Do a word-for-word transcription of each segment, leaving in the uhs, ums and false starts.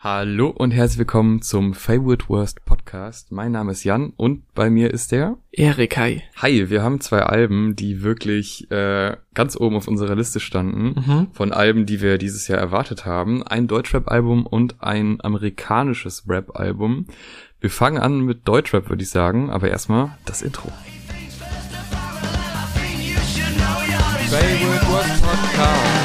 Hallo und herzlich willkommen zum Favorite Worst Podcast. Mein Name ist Jan und bei mir ist der Erik. Hi. Hi, wir haben zwei Alben, die wirklich äh, ganz oben auf unserer Liste standen. Mhm. Von Alben, die wir dieses Jahr erwartet haben. Ein Deutschrap-Album und ein amerikanisches Rap-Album. Wir fangen an mit Deutschrap, würde ich sagen, aber erstmal das Intro. Favorite Worst Podcast.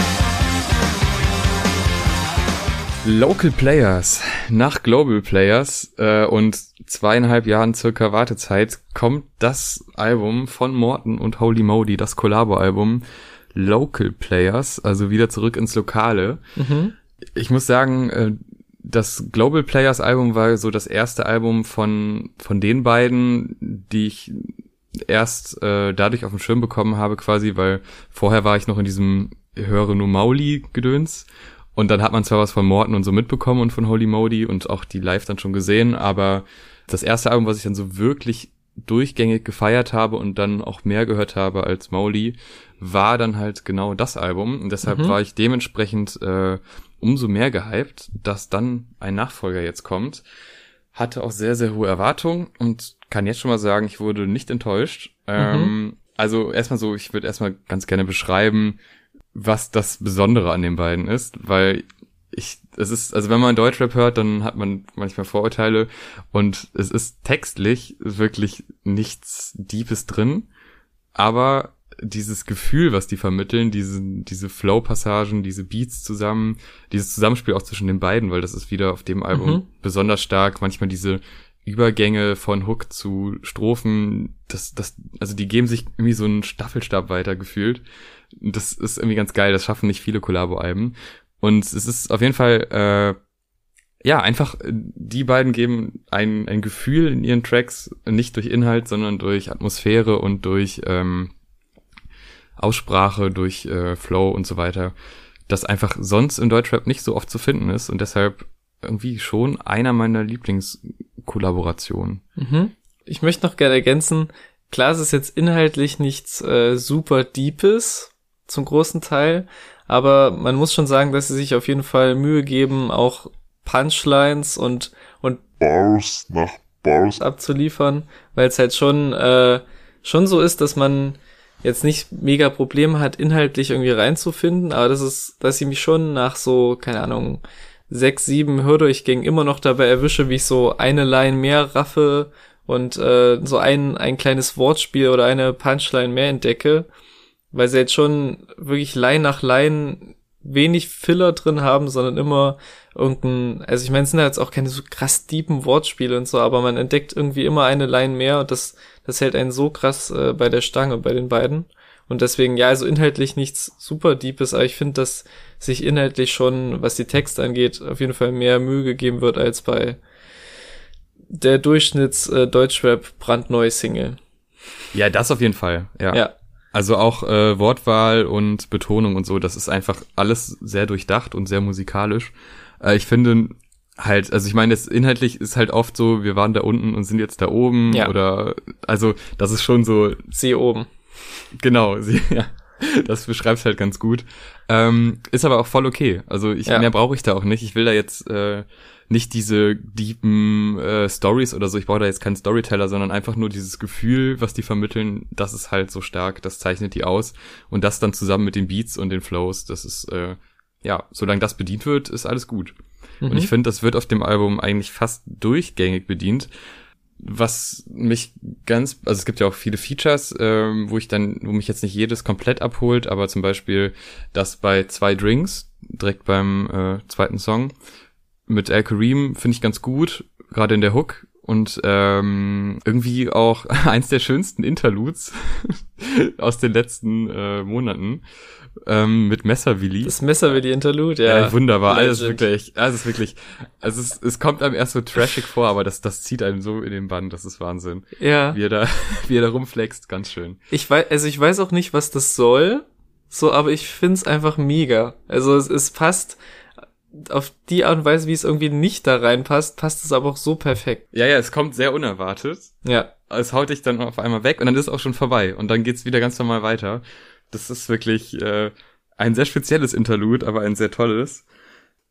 Local Players. Nach Global Players äh, und zweieinhalb Jahren circa Wartezeit kommt das Album von Morten und Holy Modi, das Collabo-Album Local Players, also wieder zurück ins Lokale. Mhm. Ich muss sagen, äh, das Global Players Album war so das erste Album von von den beiden, die ich erst äh, dadurch auf den Schirm bekommen habe quasi, weil vorher war ich noch in diesem höre nur Mauli-Gedöns. Und dann hat man zwar was von Morten und so mitbekommen und von Holy Modi und auch die live dann schon gesehen, aber das erste Album, was ich dann so wirklich durchgängig gefeiert habe und dann auch mehr gehört habe als Mauli, war dann halt genau das Album. Und deshalb mhm. war ich dementsprechend äh, umso mehr gehypt, dass dann ein Nachfolger jetzt kommt. Hatte auch sehr, sehr hohe Erwartungen und kann jetzt schon mal sagen, ich wurde nicht enttäuscht. Mhm. Ähm, also erstmal so, ich würde erstmal ganz gerne beschreiben, was das Besondere an den beiden ist, weil ich, es ist, also wenn man Deutschrap hört, dann hat man manchmal Vorurteile und es ist textlich wirklich nichts Deepes drin, aber dieses Gefühl, was die vermitteln, diese, diese Flow-Passagen, diese Beats zusammen, dieses Zusammenspiel auch zwischen den beiden, weil das ist wieder auf dem Album mhm. besonders stark, manchmal diese Übergänge von Hook zu Strophen, das, das, also die geben sich irgendwie so einen Staffelstab weiter gefühlt. Das ist irgendwie ganz geil, das schaffen nicht viele Collabo-Alben. Und es ist auf jeden Fall, äh, ja, einfach, die beiden geben ein, ein Gefühl in ihren Tracks, nicht durch Inhalt, sondern durch Atmosphäre und durch ähm, Aussprache, durch äh, Flow und so weiter, das einfach sonst im Deutschrap nicht so oft zu finden ist und deshalb irgendwie schon einer meiner Lieblingskollaborationen. Mhm. Ich möchte noch gerne ergänzen, klar, es ist jetzt inhaltlich nichts äh, super Deepes, zum großen Teil, aber man muss schon sagen, dass sie sich auf jeden Fall Mühe geben, auch Punchlines und und Bars nach Bars abzuliefern, weil es halt schon äh, schon so ist, dass man jetzt nicht mega Probleme hat, inhaltlich irgendwie reinzufinden, aber das ist, dass ich mich schon nach so, keine Ahnung, sechs, sieben Hördurchgängen immer noch dabei erwische, wie ich so eine Line mehr raffe und äh, so ein ein kleines Wortspiel oder eine Punchline mehr entdecke, weil sie jetzt schon wirklich Line nach Line wenig Filler drin haben, sondern immer irgendein, also ich meine, es sind ja jetzt auch keine so krass deepen Wortspiele und so, aber man entdeckt irgendwie immer eine Line mehr und das das hält einen so krass äh, bei der Stange bei den beiden. Und deswegen, ja, also inhaltlich nichts super Deepes, aber ich finde, dass sich inhaltlich schon, was die Texte angeht, auf jeden Fall mehr Mühe gegeben wird als bei der Durchschnitts-Deutschrap-brandneue-Single. Ja, das auf jeden Fall, ja. Ja. Also auch äh, Wortwahl und Betonung und so, das ist einfach alles sehr durchdacht und sehr musikalisch. Äh, ich finde halt, also ich meine, das inhaltlich ist halt oft so, wir waren da unten und sind jetzt da oben ja. oder, also das ist schon so. Sie oben. Genau, sie, ja, das beschreibt halt ganz gut. Ähm, ist aber auch voll okay. Also ich ja. mehr brauche ich da auch nicht. Ich will da jetzt äh, nicht diese deepen äh, Stories oder so. Ich brauche da jetzt keinen Storyteller, sondern einfach nur dieses Gefühl, was die vermitteln. Das ist halt so stark. Das zeichnet die aus. Und das dann zusammen mit den Beats und den Flows. Das ist äh, ja, solange das bedient wird, ist alles gut. Mhm. Und ich finde, das wird auf dem Album eigentlich fast durchgängig bedient. Was mich ganz, also es gibt ja auch viele Features, ähm, wo ich dann, wo mich jetzt nicht jedes komplett abholt, aber zum Beispiel das bei zwei Drinks, direkt beim äh, zweiten Song, mit Al Kareem finde ich ganz gut, gerade in der Hook und ähm, irgendwie auch eins der schönsten Interludes aus den letzten äh, Monaten. Ähm, mit Messerwilli. Das Messerwilli-Interlude, ja. Ja, wunderbar. Legend. Alles wirklich, alles ist wirklich, also es, es kommt einem erst so trashig vor, aber das, das zieht einem so in den Bann, das ist Wahnsinn. Ja. Wie er da, wie er da rumflext, ganz schön. Ich weiß, also ich weiß auch nicht, was das soll, so, aber ich find's einfach mega. Also es, es passt auf die Art und Weise, wie es irgendwie nicht da reinpasst, passt es aber auch so perfekt. Ja, ja, es kommt sehr unerwartet. Ja. Es haut dich dann auf einmal weg und dann ist es auch schon vorbei und dann geht's wieder ganz normal weiter. Das ist wirklich äh, ein sehr spezielles Interlude, aber ein sehr tolles.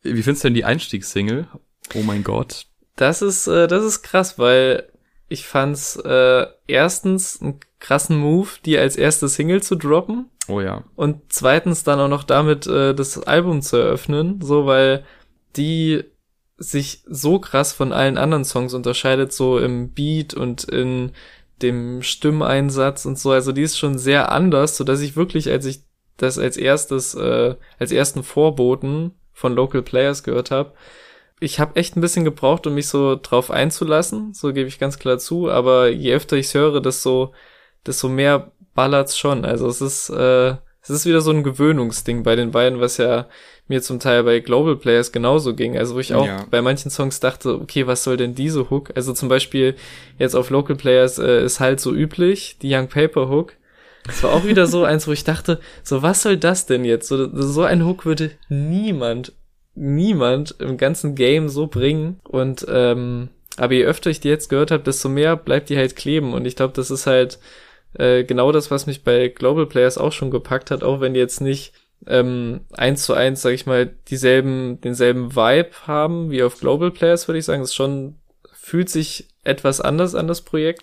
Wie findest du denn die Einstiegssingle? Oh mein Gott. Das ist, äh, das ist krass, weil ich fand's äh, erstens einen krassen Move, die als erste Single zu droppen. Oh ja. Und zweitens dann auch noch damit äh, das Album zu eröffnen, so, weil die sich so krass von allen anderen Songs unterscheidet, so im Beat und in dem Stimmeinsatz und so. Also die ist schon sehr anders, so dass ich wirklich, als ich das als erstes, äh, als ersten Vorboten von Local Players gehört habe, ich habe echt ein bisschen gebraucht, um mich so drauf einzulassen, so gebe ich ganz klar zu, aber je öfter ich höre, desto, desto mehr ballert's schon. Also es ist, äh, es ist wieder so ein Gewöhnungsding bei den beiden, was ja mir zum Teil bei Global Players genauso ging. Also wo ich auch Ja. bei manchen Songs dachte, okay, was soll denn diese Hook? Also zum Beispiel jetzt auf Local Players äh, ist halt so üblich, die Young Paper Hook. Das war auch wieder so eins, wo ich dachte, so was soll das denn jetzt? So, so ein Hook würde niemand, niemand im ganzen Game so bringen. Und ähm, aber je öfter ich die jetzt gehört habe, desto mehr bleibt die halt kleben. Und ich glaube, das ist halt äh, genau das, was mich bei Global Players auch schon gepackt hat, auch wenn die jetzt nicht ähm, eins zu eins, sag ich mal, dieselben, denselben Vibe haben wie auf Global Players, würde ich sagen. Es schon fühlt sich etwas anders an das Projekt.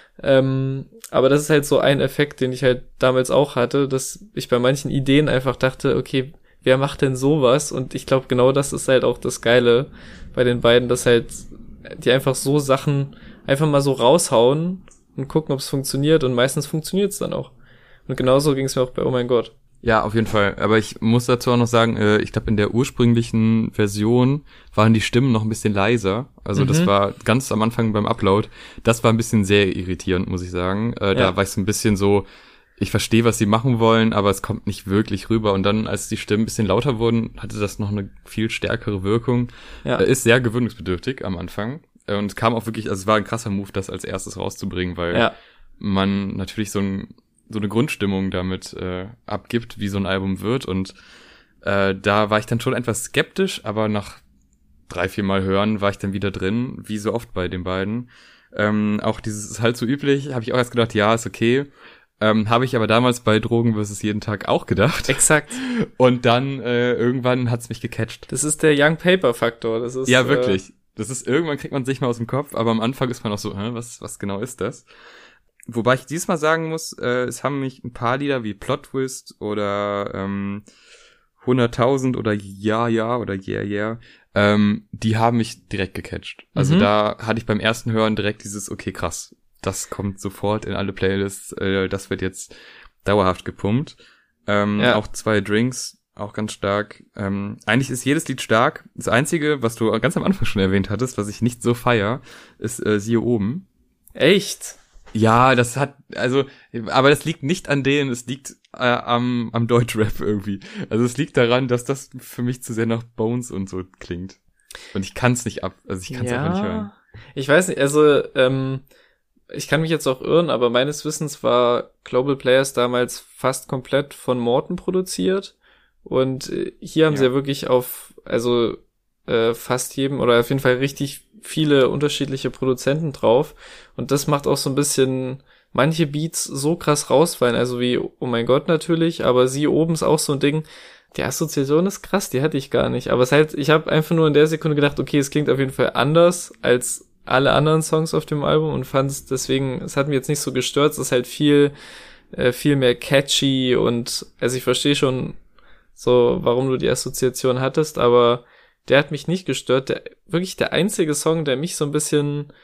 Ähm, aber das ist halt so ein Effekt, den ich halt damals auch hatte, dass ich bei manchen Ideen einfach dachte, okay, wer macht denn sowas? Und ich glaube, genau das ist halt auch das Geile bei den beiden, dass halt die einfach so Sachen einfach mal so raushauen und gucken, ob es funktioniert, und meistens funktioniert es dann auch. Und genauso ging es mir auch bei Oh mein Gott. Ja, auf jeden Fall. Aber ich muss dazu auch noch sagen, äh, ich glaube, in der ursprünglichen Version waren die Stimmen noch ein bisschen leiser. Also mhm. das war ganz am Anfang beim Upload. Das war ein bisschen sehr irritierend, muss ich sagen. Äh, ja. Da war ich so ein bisschen so, ich verstehe, was sie machen wollen, aber es kommt nicht wirklich rüber. Und dann, als die Stimmen ein bisschen lauter wurden, hatte das noch eine viel stärkere Wirkung. Ja. Äh, ist sehr gewöhnungsbedürftig am Anfang. Äh, und es kam auch wirklich, also es war ein krasser Move, das als erstes rauszubringen, weil ja. man natürlich so ein so eine Grundstimmung damit äh, abgibt, wie so ein Album wird, und äh, da war ich dann schon etwas skeptisch, aber nach drei, vier Mal hören war ich dann wieder drin, wie so oft bei den beiden. Ähm, auch dieses ist halt so üblich, habe ich auch erst gedacht, ja, ist okay. Ähm, habe ich aber damals bei Drogen versus jeden Tag auch gedacht. Exakt. Und dann äh, irgendwann hat's mich gecatcht. Das ist der Young Paper Faktor. Das ist ja wirklich. Äh, das ist irgendwann kriegt man sich mal aus dem Kopf, aber am Anfang ist man auch so, hä, was was genau ist das? Wobei ich diesmal sagen muss, äh, es haben mich ein paar Lieder wie Plot Twist oder ähm, hunderttausend oder Ja, Ja oder Yeah, Yeah, ähm, die haben mich direkt gecatcht. Also mhm. da hatte ich beim ersten Hören direkt dieses, okay, krass, das kommt sofort in alle Playlists, äh, das wird jetzt dauerhaft gepumpt. Ähm, ja. Auch zwei Drinks, auch ganz stark. Ähm, eigentlich ist jedes Lied stark. Das Einzige, was du ganz am Anfang schon erwähnt hattest, was ich nicht so feier, ist äh, Siehe oben. Echt? Ja, das hat, also, aber das liegt nicht an denen, es liegt äh, am, am Deutschrap irgendwie. Also es liegt daran, dass das für mich zu sehr nach Bones und so klingt. Und ich kann's nicht ab, also ich kann's ja, einfach nicht hören. Ich weiß nicht, also, ähm, ich kann mich jetzt auch irren, aber meines Wissens war Global Players damals fast komplett von Morten produziert. Und hier haben ja. sie ja wirklich auf, also äh, fast jedem, oder auf jeden Fall richtig viele unterschiedliche Produzenten drauf, und das macht auch so ein bisschen manche Beats so krass rausfallen, also wie Oh mein Gott natürlich, aber sie oben ist auch so ein Ding, die Assoziation ist krass, die hatte ich gar nicht, aber es halt, ich habe einfach nur in der Sekunde gedacht, okay, es klingt auf jeden Fall anders als alle anderen Songs auf dem Album, und fand es deswegen, es hat mich jetzt nicht so gestört, es ist halt viel äh, viel mehr catchy, und also ich verstehe schon so, warum du die Assoziation hattest, aber der hat mich nicht gestört. Der, wirklich der einzige Song, der mich so ein bisschen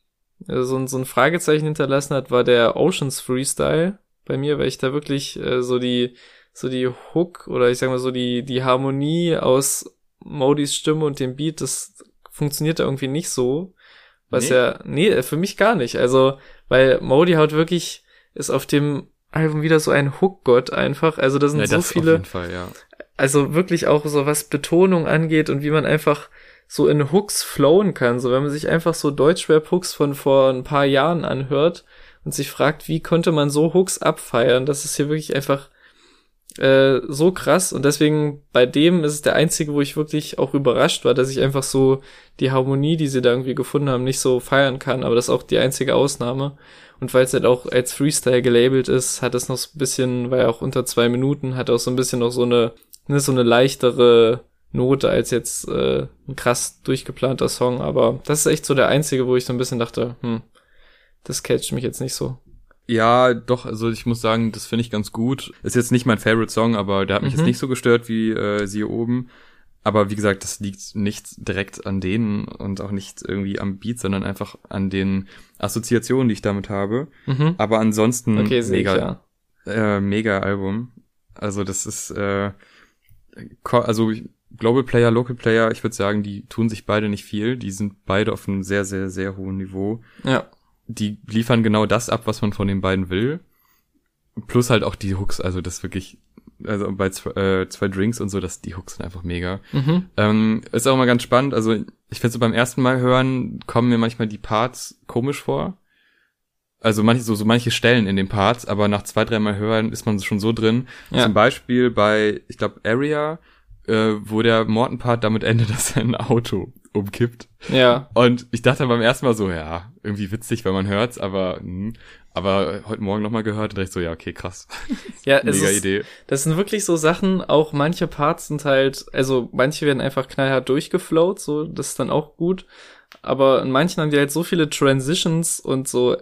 äh, so, ein, so ein Fragezeichen hinterlassen hat, war der Oceans Freestyle bei mir, weil ich da wirklich äh, so die so die Hook oder ich sag mal so die die Harmonie aus Modis Stimme und dem Beat, das funktioniert da irgendwie nicht so. Was nee. ja, nee, für mich gar nicht. Also, weil Modi halt wirklich ist auf dem Album wieder so ein Hook-Gott einfach. Also da sind ja, so viele, auf jeden Fall, ja. Also wirklich auch so was Betonung angeht und wie man einfach so in Hooks flowen kann. So wenn man sich einfach so Deutschrap-Hooks von vor ein paar Jahren anhört und sich fragt, wie konnte man so Hooks abfeiern? Das ist hier wirklich einfach äh, so krass. Und deswegen bei dem ist es der einzige, wo ich wirklich auch überrascht war, dass ich einfach so die Harmonie, die sie da irgendwie gefunden haben, nicht so feiern kann. Aber das ist auch die einzige Ausnahme. Und weil es halt auch als Freestyle gelabelt ist, hat es noch so ein bisschen, war ja auch unter zwei Minuten, hat auch so ein bisschen noch so eine, ne, so eine leichtere Note als jetzt äh, ein krass durchgeplanter Song, aber das ist echt so der einzige, wo ich so ein bisschen dachte, hm, das catcht mich jetzt nicht so. Ja, doch, also ich muss sagen, das finde ich ganz gut. Ist jetzt nicht mein Favorite Song, aber der hat mich Mhm. jetzt nicht so gestört wie äh, sie oben. Aber wie gesagt, das liegt nicht direkt an denen und auch nicht irgendwie am Beat, sondern einfach an den Assoziationen, die ich damit habe. Mhm. Aber ansonsten Okay, sehe ich, mega, ja. äh, mega Album. Also das ist, äh, ko- also Global Player, Local Player, ich würde sagen, die tun sich beide nicht viel. Die sind beide auf einem sehr, sehr, sehr hohen Niveau. Ja. Die liefern genau das ab, was man von den beiden will. Plus halt auch die Hooks, also das wirklich, also bei zwei, äh, zwei Drinks und so, das, die Hooks sind einfach mega. Mhm. Ähm, ist auch immer ganz spannend, also ich finde so beim ersten Mal hören, kommen mir manchmal die Parts komisch vor. Also manche, so, so manche Stellen in den Parts, aber nach zwei, dreimal hören ist man schon so drin. Ja. Zum Beispiel bei, ich glaube, Area, äh, wo der Morton-Part damit endet, dass sein Auto umkippt. Ja. Und ich dachte beim ersten Mal so, ja, irgendwie witzig, wenn man hört's, aber mh. aber heute Morgen nochmal gehört und dachte ich so, ja, okay, krass. Ja, es Mega ist, Idee. das sind wirklich so Sachen, auch manche Parts sind halt, also manche werden einfach knallhart durchgeflowt, so, das ist dann auch gut, aber in manchen haben die halt so viele Transitions und so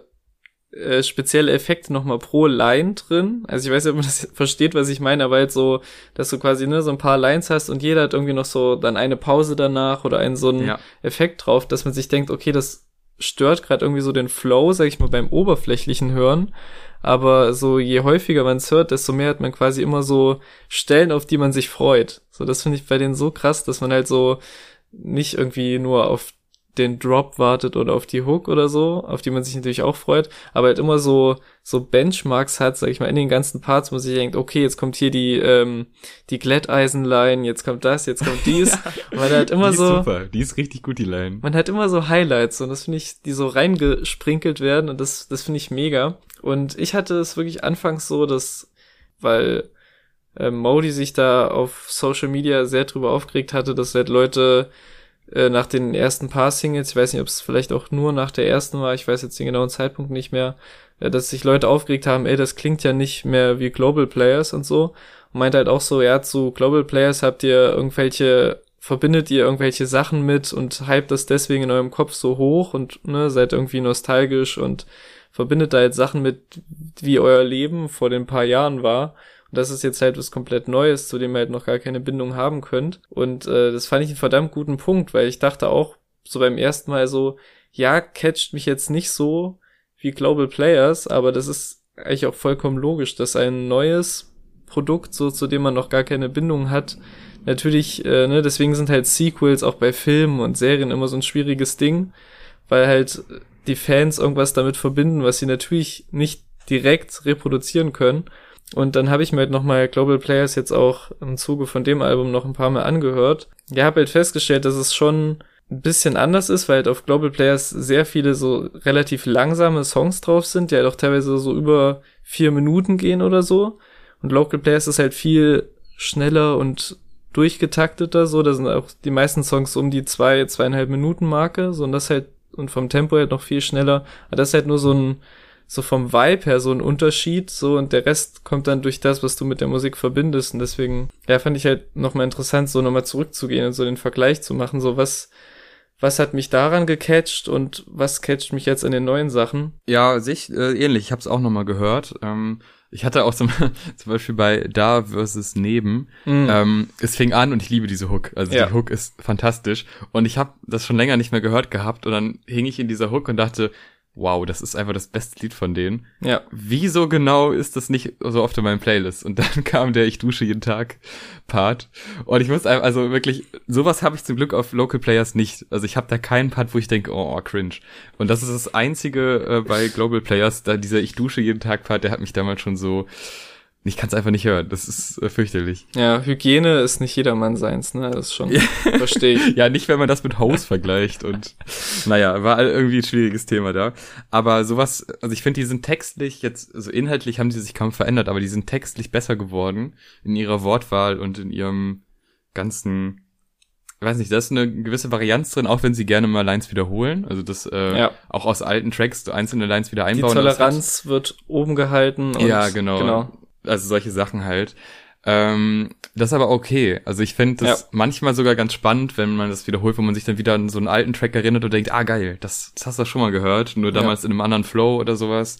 äh, spezielle Effekte nochmal pro Line drin, also ich weiß nicht, ob man das versteht, was ich meine, aber halt so, dass du quasi ne so ein paar Lines hast und jeder hat irgendwie noch so dann eine Pause danach oder einen so einen Ja. Effekt drauf, dass man sich denkt, okay, das stört gerade irgendwie so den Flow, sag ich mal, beim oberflächlichen Hören. Aber so je häufiger man es hört, desto mehr hat man quasi immer so Stellen, auf die man sich freut. So, das finde ich bei denen so krass, dass man halt so nicht irgendwie nur auf den Drop wartet oder auf die Hook oder so, auf die man sich natürlich auch freut, aber halt immer so so Benchmarks hat, sag ich mal, in den ganzen Parts, wo man sich denkt, okay, jetzt kommt hier die ähm, die Glätteisenline, jetzt kommt das, jetzt kommt dies. Und man hat immer die ist so super, die ist richtig gut, die Line. man hat immer so Highlights und das finde ich, die so reingesprinkelt werden und das, das finde ich mega. Und ich hatte es wirklich anfangs so, dass, weil äh, Modi sich da auf Social Media sehr drüber aufgeregt hatte, dass halt Leute äh, nach den ersten paar Singles, ich weiß nicht, ob es vielleicht auch nur nach der ersten war, ich weiß jetzt den genauen Zeitpunkt nicht mehr, äh, dass sich Leute aufgeregt haben, ey, das klingt ja nicht mehr wie Global Players und so. Und meint halt auch so, ja, zu Global Players habt ihr irgendwelche verbindet ihr irgendwelche Sachen mit und hypt das deswegen in eurem Kopf so hoch und ne, seid irgendwie nostalgisch und verbindet da jetzt Sachen mit, wie euer Leben vor den paar Jahren war. Und das ist jetzt halt was komplett Neues, zu dem ihr halt noch gar keine Bindung haben könnt. Und äh, das fand ich einen verdammt guten Punkt, weil ich dachte auch so beim ersten Mal so, ja, catcht mich jetzt nicht so wie Global Players, aber das ist eigentlich auch vollkommen logisch, dass ein neues Produkt, so zu dem man noch gar keine Bindung hat, natürlich, äh, ne, deswegen sind halt Sequels auch bei Filmen und Serien immer so ein schwieriges Ding, weil halt die Fans irgendwas damit verbinden, was sie natürlich nicht direkt reproduzieren können. Und dann habe ich mir halt nochmal Global Players jetzt auch im Zuge von dem Album noch ein paar Mal angehört. Ja, habe halt festgestellt, dass es schon ein bisschen anders ist, weil halt auf Global Players sehr viele so relativ langsame Songs drauf sind, die halt auch teilweise so über vier Minuten gehen oder so. Und Local Players ist halt viel schneller und durchgetakteter, so, da sind auch die meisten Songs um die zwei, zweieinhalb Minuten Marke, so, und das halt, und vom Tempo halt noch viel schneller, aber das ist halt nur so ein, so vom Vibe her so ein Unterschied, so, und der Rest kommt dann durch das, was du mit der Musik verbindest, und deswegen, ja, fand ich halt nochmal interessant, so nochmal zurückzugehen und so den Vergleich zu machen, so, was, was hat mich daran gecatcht und was catcht mich jetzt in den neuen Sachen? Ja, sich äh, ähnlich, ich hab's auch nochmal gehört, ähm, ich hatte auch zum, zum Beispiel bei Da versus Neben, Mhm. ähm, es fing an und ich liebe diese Hook. Also Ja. die Hook ist fantastisch. Und ich habe das schon länger nicht mehr gehört gehabt und dann hing ich in dieser Hook und dachte, wow, das ist einfach das beste Lied von denen. Ja. Wieso genau ist das nicht so oft in meinen Playlists? Und dann kam der Ich dusche jeden Tag Part. Und ich muss einfach, also wirklich, sowas habe ich zum Glück auf Local Players nicht. Also ich habe da keinen Part, wo ich denke, oh, oh, cringe. Und das ist das Einzige äh, bei Global Players, da dieser Ich dusche jeden Tag Part, der hat mich damals schon so, ich kann es einfach nicht hören. Das ist äh, fürchterlich. Ja, Hygiene ist nicht jedermann seins, ne, das ist schon, verstehe ich. Ja, nicht, wenn man das mit House vergleicht und naja, war irgendwie ein schwieriges Thema da. Aber sowas, also ich finde, die sind textlich jetzt, also inhaltlich haben die sich kaum verändert, aber die sind textlich besser geworden in ihrer Wortwahl und in ihrem ganzen, ich weiß nicht, da ist eine gewisse Varianz drin, auch wenn sie gerne mal Lines wiederholen. Also das äh, Ja. auch aus alten Tracks so einzelne Lines wieder Die einbauen. Das hat- Toleranz wird oben gehalten und ja, genau. genau. Also solche Sachen halt. Ähm, das ist aber okay. Also ich finde das Ja. manchmal sogar ganz spannend, wenn man das wiederholt, wo man sich dann wieder an so einen alten Track erinnert und denkt, ah geil, das, das hast du schon mal gehört, nur damals ja. in einem anderen Flow oder sowas.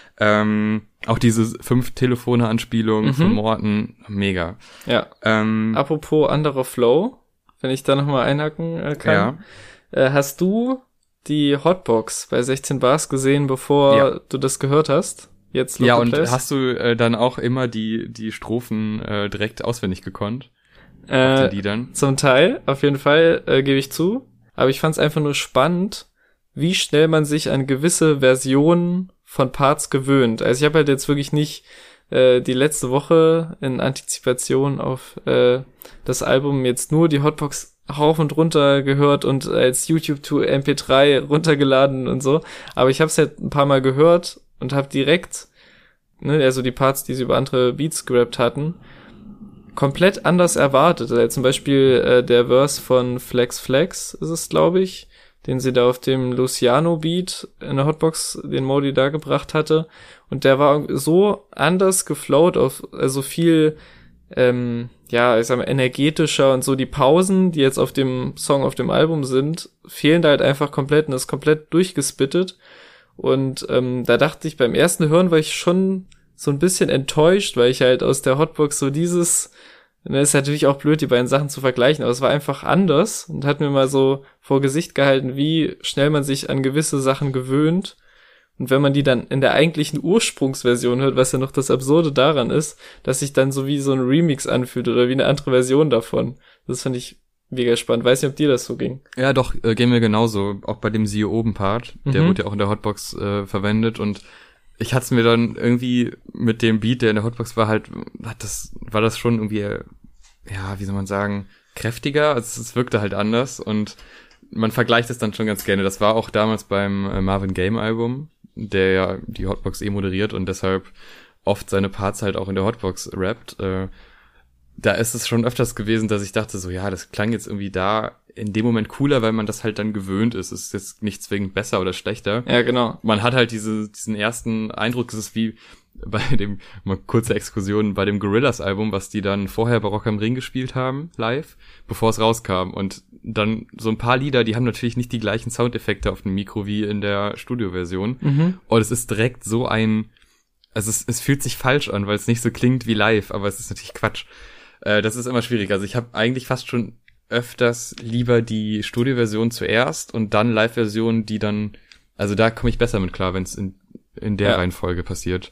Ähm, auch diese fünf Telefone-Anspielung mhm. von Morten, mega. Ja. Ähm, Apropos anderer Flow, wenn ich da nochmal einhaken äh, kann. Ja. Äh, hast du die Hotbox bei sechzehn Bars gesehen, bevor ja. du das gehört hast? Jetzt ja, und Place? hast du äh, dann auch immer die die Strophen äh, direkt auswendig gekonnt? Äh, auf den Liedern? Zum Teil, auf jeden Fall, äh, gebe ich zu. Aber ich fand es einfach nur spannend, wie schnell man sich an gewisse Versionen von Parts gewöhnt. Also ich habe halt jetzt wirklich nicht äh, die letzte Woche in Antizipation auf äh, das Album jetzt nur die Hotbox rauf und runter gehört und als YouTube to M P drei runtergeladen und so. Aber ich habe es halt ein paar Mal gehört und habe direkt, ne, also die Parts, die sie über andere Beats gerappt hatten, komplett anders erwartet. Also zum Beispiel äh, der Verse von Flex Flex ist es, glaube ich, den sie da auf dem Luciano-Beat in der Hotbox, den Modi da gebracht hatte. Und der war so anders geflowt, auf also viel, ähm, ja, ich sag mal, energetischer und so. Die Pausen, die jetzt auf dem Song auf dem Album sind, fehlen da halt einfach komplett und ist komplett durchgespittet. Und ähm, da dachte ich, beim ersten Hören war ich schon so ein bisschen enttäuscht, weil ich halt aus der Hotbox so dieses, ne, ist natürlich auch blöd, die beiden Sachen zu vergleichen, aber es war einfach anders und hat mir mal so vor Gesicht gehalten, wie schnell man sich an gewisse Sachen gewöhnt. Und wenn man die dann in der eigentlichen Ursprungsversion hört, was ja noch das Absurde daran ist, dass sich dann so wie so ein Remix anfühlt oder wie eine andere Version davon. Das fand ich mega spannend. Weiß nicht, ob dir das so ging. Ja, doch, äh, ging mir genauso. Auch bei dem Siehe oben Part. Der Mhm. wurde ja auch in der Hotbox äh, verwendet und ich hatte es mir dann irgendwie mit dem Beat, der in der Hotbox war, halt, hat das, war das schon irgendwie, äh, ja, wie soll man sagen, kräftiger. Also es wirkte halt anders und man vergleicht es dann schon ganz gerne. Das war auch damals beim äh, Marvin Game Album, der ja die Hotbox eh moderiert und deshalb oft seine Parts halt auch in der Hotbox rappt. Äh, da ist es schon öfters gewesen, dass ich dachte so, ja, das klang jetzt irgendwie da in dem Moment cooler, weil man das halt dann gewöhnt ist. Es ist jetzt nicht zwingend besser oder schlechter. Ja, genau. Man hat halt diese, diesen ersten Eindruck, es ist wie bei dem, mal kurze Exkursion, bei dem Gorillaz-Album, was die dann vorher bei Rock am Ring gespielt haben, live, bevor es rauskam. Und dann so ein paar Lieder, die haben natürlich nicht die gleichen Soundeffekte auf dem Mikro wie in der Studioversion. Mhm. Und es ist direkt so ein, also es, es fühlt sich falsch an, weil es nicht so klingt wie live, aber es ist natürlich Quatsch. Äh, das ist immer schwierig. Also ich habe eigentlich fast schon öfters lieber die Studioversion zuerst und dann Live-Version, die dann, also da komme ich besser mit klar, wenn es in, in der Ja. Reihenfolge passiert.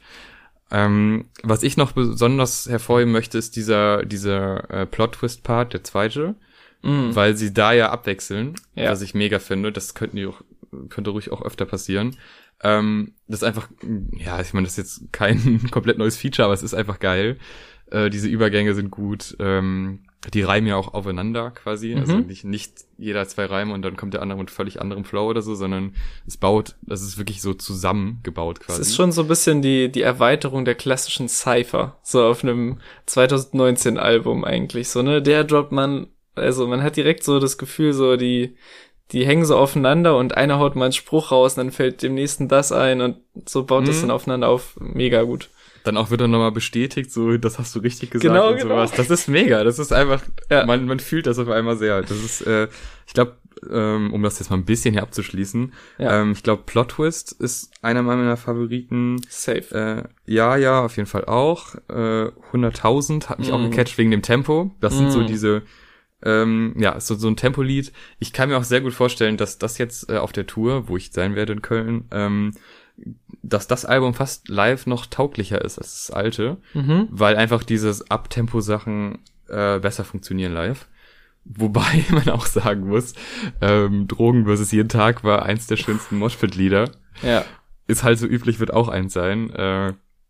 Ähm, was ich noch besonders hervorheben möchte, ist dieser dieser äh, Plot-Twist-Part, der zweite, Mhm. weil sie da ja abwechseln, Ja. was ich mega finde. Das könnten die auch, könnte ruhig auch öfter passieren. Ähm, das ist einfach, ja, ich meine, das ist jetzt kein komplett neues Feature, aber es ist einfach geil. Äh, diese Übergänge sind gut. Ähm, die reimen ja auch aufeinander quasi. Mhm. Also nicht, nicht jeder zwei Reime und dann kommt der andere mit völlig anderem Flow oder so, sondern es baut, das ist wirklich so zusammengebaut quasi. Es ist schon so ein bisschen die die Erweiterung der klassischen Cypher, so auf einem zwanzig neunzehn Album eigentlich, so, ne, der droppt man, also man hat direkt so das Gefühl, so die die hängen so aufeinander und einer haut mal einen Spruch raus und dann fällt dem nächsten das ein und so baut das Mhm. dann aufeinander auf, mega gut. Dann auch wird dann nochmal bestätigt, so, das hast du richtig gesagt Genau, und genau. sowas. Das ist mega, das ist einfach, Ja. man man fühlt das auf einmal sehr. Das ist, äh, ich glaube, ähm, um das jetzt mal ein bisschen hier abzuschließen, Ja. ähm, ich glaube, Plot Twist ist einer meiner Favoriten. Safe. Äh, ja, ja, auf jeden Fall auch. Äh, hunderttausend hat mich auch Mhm. gecatcht wegen dem Tempo. Das sind so Mhm. diese, ähm, ja, ist so, so ein Tempolied. Ich kann mir auch sehr gut vorstellen, dass das jetzt äh, auf der Tour, wo ich sein werde in Köln, ähm, dass das Album fast live noch tauglicher ist als das alte, Mhm. weil einfach dieses Abtempo-Sachen äh, besser funktionieren live. Wobei man auch sagen muss, ähm, Drogen versus jeden Tag war eins der schönsten Moshpit-Lieder. Ja. Ist halt so üblich, wird auch eins sein. Äh,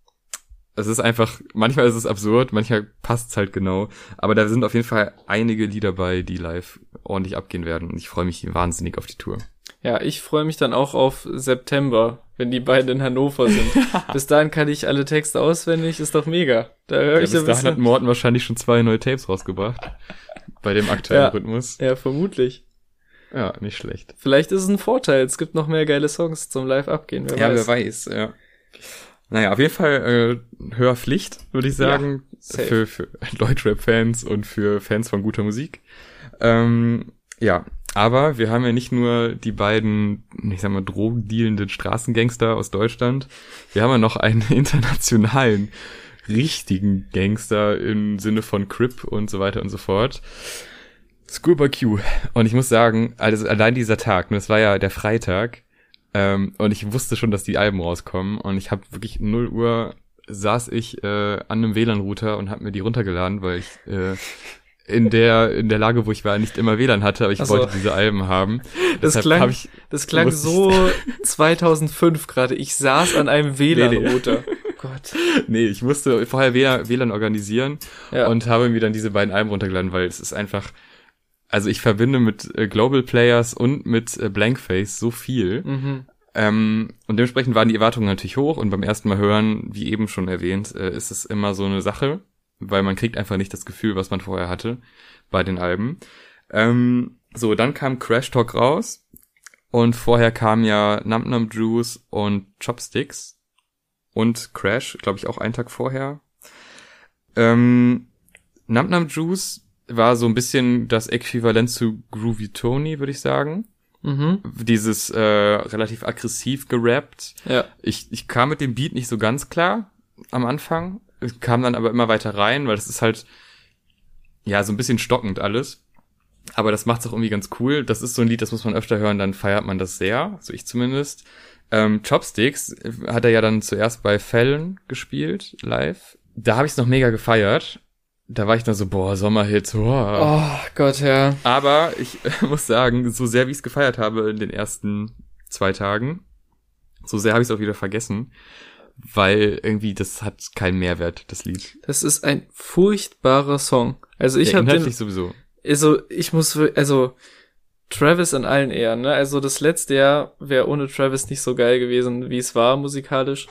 es ist einfach, manchmal ist es absurd, manchmal passt es halt genau. Aber da sind auf jeden Fall einige Lieder bei, die live ordentlich abgehen werden. Und ich freue mich wahnsinnig auf die Tour. Ja, ich freue mich dann auch auf September, wenn die beiden in Hannover sind. Bis dahin kann ich alle Texte auswendig, ist doch mega. Da höre Ja, ich bis ein dahin hat bisschen. Morten wahrscheinlich schon zwei neue Tapes rausgebracht. Bei dem aktuellen Ja. Rhythmus. Ja, vermutlich. Ja, nicht schlecht. Vielleicht ist es ein Vorteil, es gibt noch mehr geile Songs zum Live-Abgehen, wer weiß. weiß, ja. Naja, auf jeden Fall äh, Hörpflicht, würde ich sagen, ja, für, für Deutschrap-Fans und für Fans von guter Musik. Ähm, ja, aber wir haben ja nicht nur die beiden, ich sag mal, drogendealenden Straßengangster aus Deutschland, wir haben ja noch einen internationalen, richtigen Gangster im Sinne von Crip und so weiter und so fort. Schoolboy Q. Und ich muss sagen, also allein dieser Tag, das war ja der Freitag, ähm, und ich wusste schon, dass die Alben rauskommen, und ich habe wirklich null Uhr saß ich äh, an einem W L A N-Router und habe mir die runtergeladen, weil ich äh, in der in der Lage, wo ich war, nicht immer W L A N hatte, aber ich also, wollte diese Alben haben. Das Deshalb klang, hab ich, das klang so zweitausendfünf gerade. Ich saß an einem W L A N-Router. Nee, nee. Gott. Nee, ich musste vorher W L A N organisieren, ja, und habe mir dann diese beiden Alben runtergeladen, weil es ist einfach, also ich verbinde mit äh, Global Players und mit äh, Blankface so viel. Mhm. Ähm, und dementsprechend waren die Erwartungen natürlich hoch, und beim ersten Mal hören, wie eben schon erwähnt, äh, ist es immer so eine Sache, weil man kriegt einfach nicht das Gefühl, was man vorher hatte bei den Alben. Ähm, so, dann kam Crash Talk raus, und vorher kam ja Num Num Juice und Chopsticks und Crash, glaube ich, auch einen Tag vorher. Ähm, Num Num Juice war so ein bisschen das Äquivalent zu Groovy Tony, würde ich sagen. Mhm. Dieses äh, relativ aggressiv gerappt. Ja. Ich, ich kam mit dem Beat nicht so ganz klar am Anfang. Ich kam dann aber immer weiter rein, weil das ist halt ja so ein bisschen stockend alles. Aber das macht's auch irgendwie ganz cool. Das ist so ein Lied, das muss man öfter hören, dann feiert man das sehr. So ich zumindest. Ähm, Chopsticks hat er ja dann zuerst bei Fallon gespielt, live. Da habe ich's noch mega gefeiert. Da war ich dann so, boah, Sommerhit, oh. Oh Gott, ja. Aber ich äh, muss sagen, so sehr wie ich es gefeiert habe in den ersten zwei Tagen, so sehr habe ich es auch wieder vergessen, weil irgendwie das hat keinen Mehrwert, das Lied. Das ist ein furchtbarer Song. Also ich ja, habe den sowieso. Also ich muss, also Travis in allen Ehren, ne? Also das letzte Jahr wäre ohne Travis nicht so geil gewesen, wie es war musikalisch.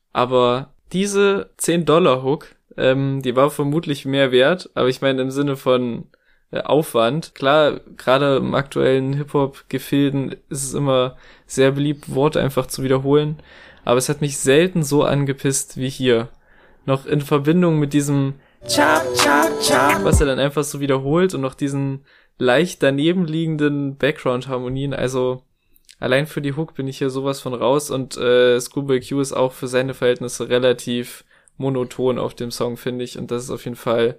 Aber diese zehn Dollar Hook, Ähm, die war vermutlich mehr wert, aber ich meine im Sinne von äh, Aufwand. Klar, gerade im aktuellen Hip-Hop-Gefilden ist es immer sehr beliebt, Worte einfach zu wiederholen, aber es hat mich selten so angepisst wie hier. Noch in Verbindung mit diesem Chop, Chop, Chop, was er dann einfach so wiederholt, und noch diesen leicht daneben liegenden Background-Harmonien. Also allein für die Hook bin ich hier sowas von raus, und äh, Schoolboy Q ist auch für seine Verhältnisse relativ monoton auf dem Song, finde ich, und das ist auf jeden Fall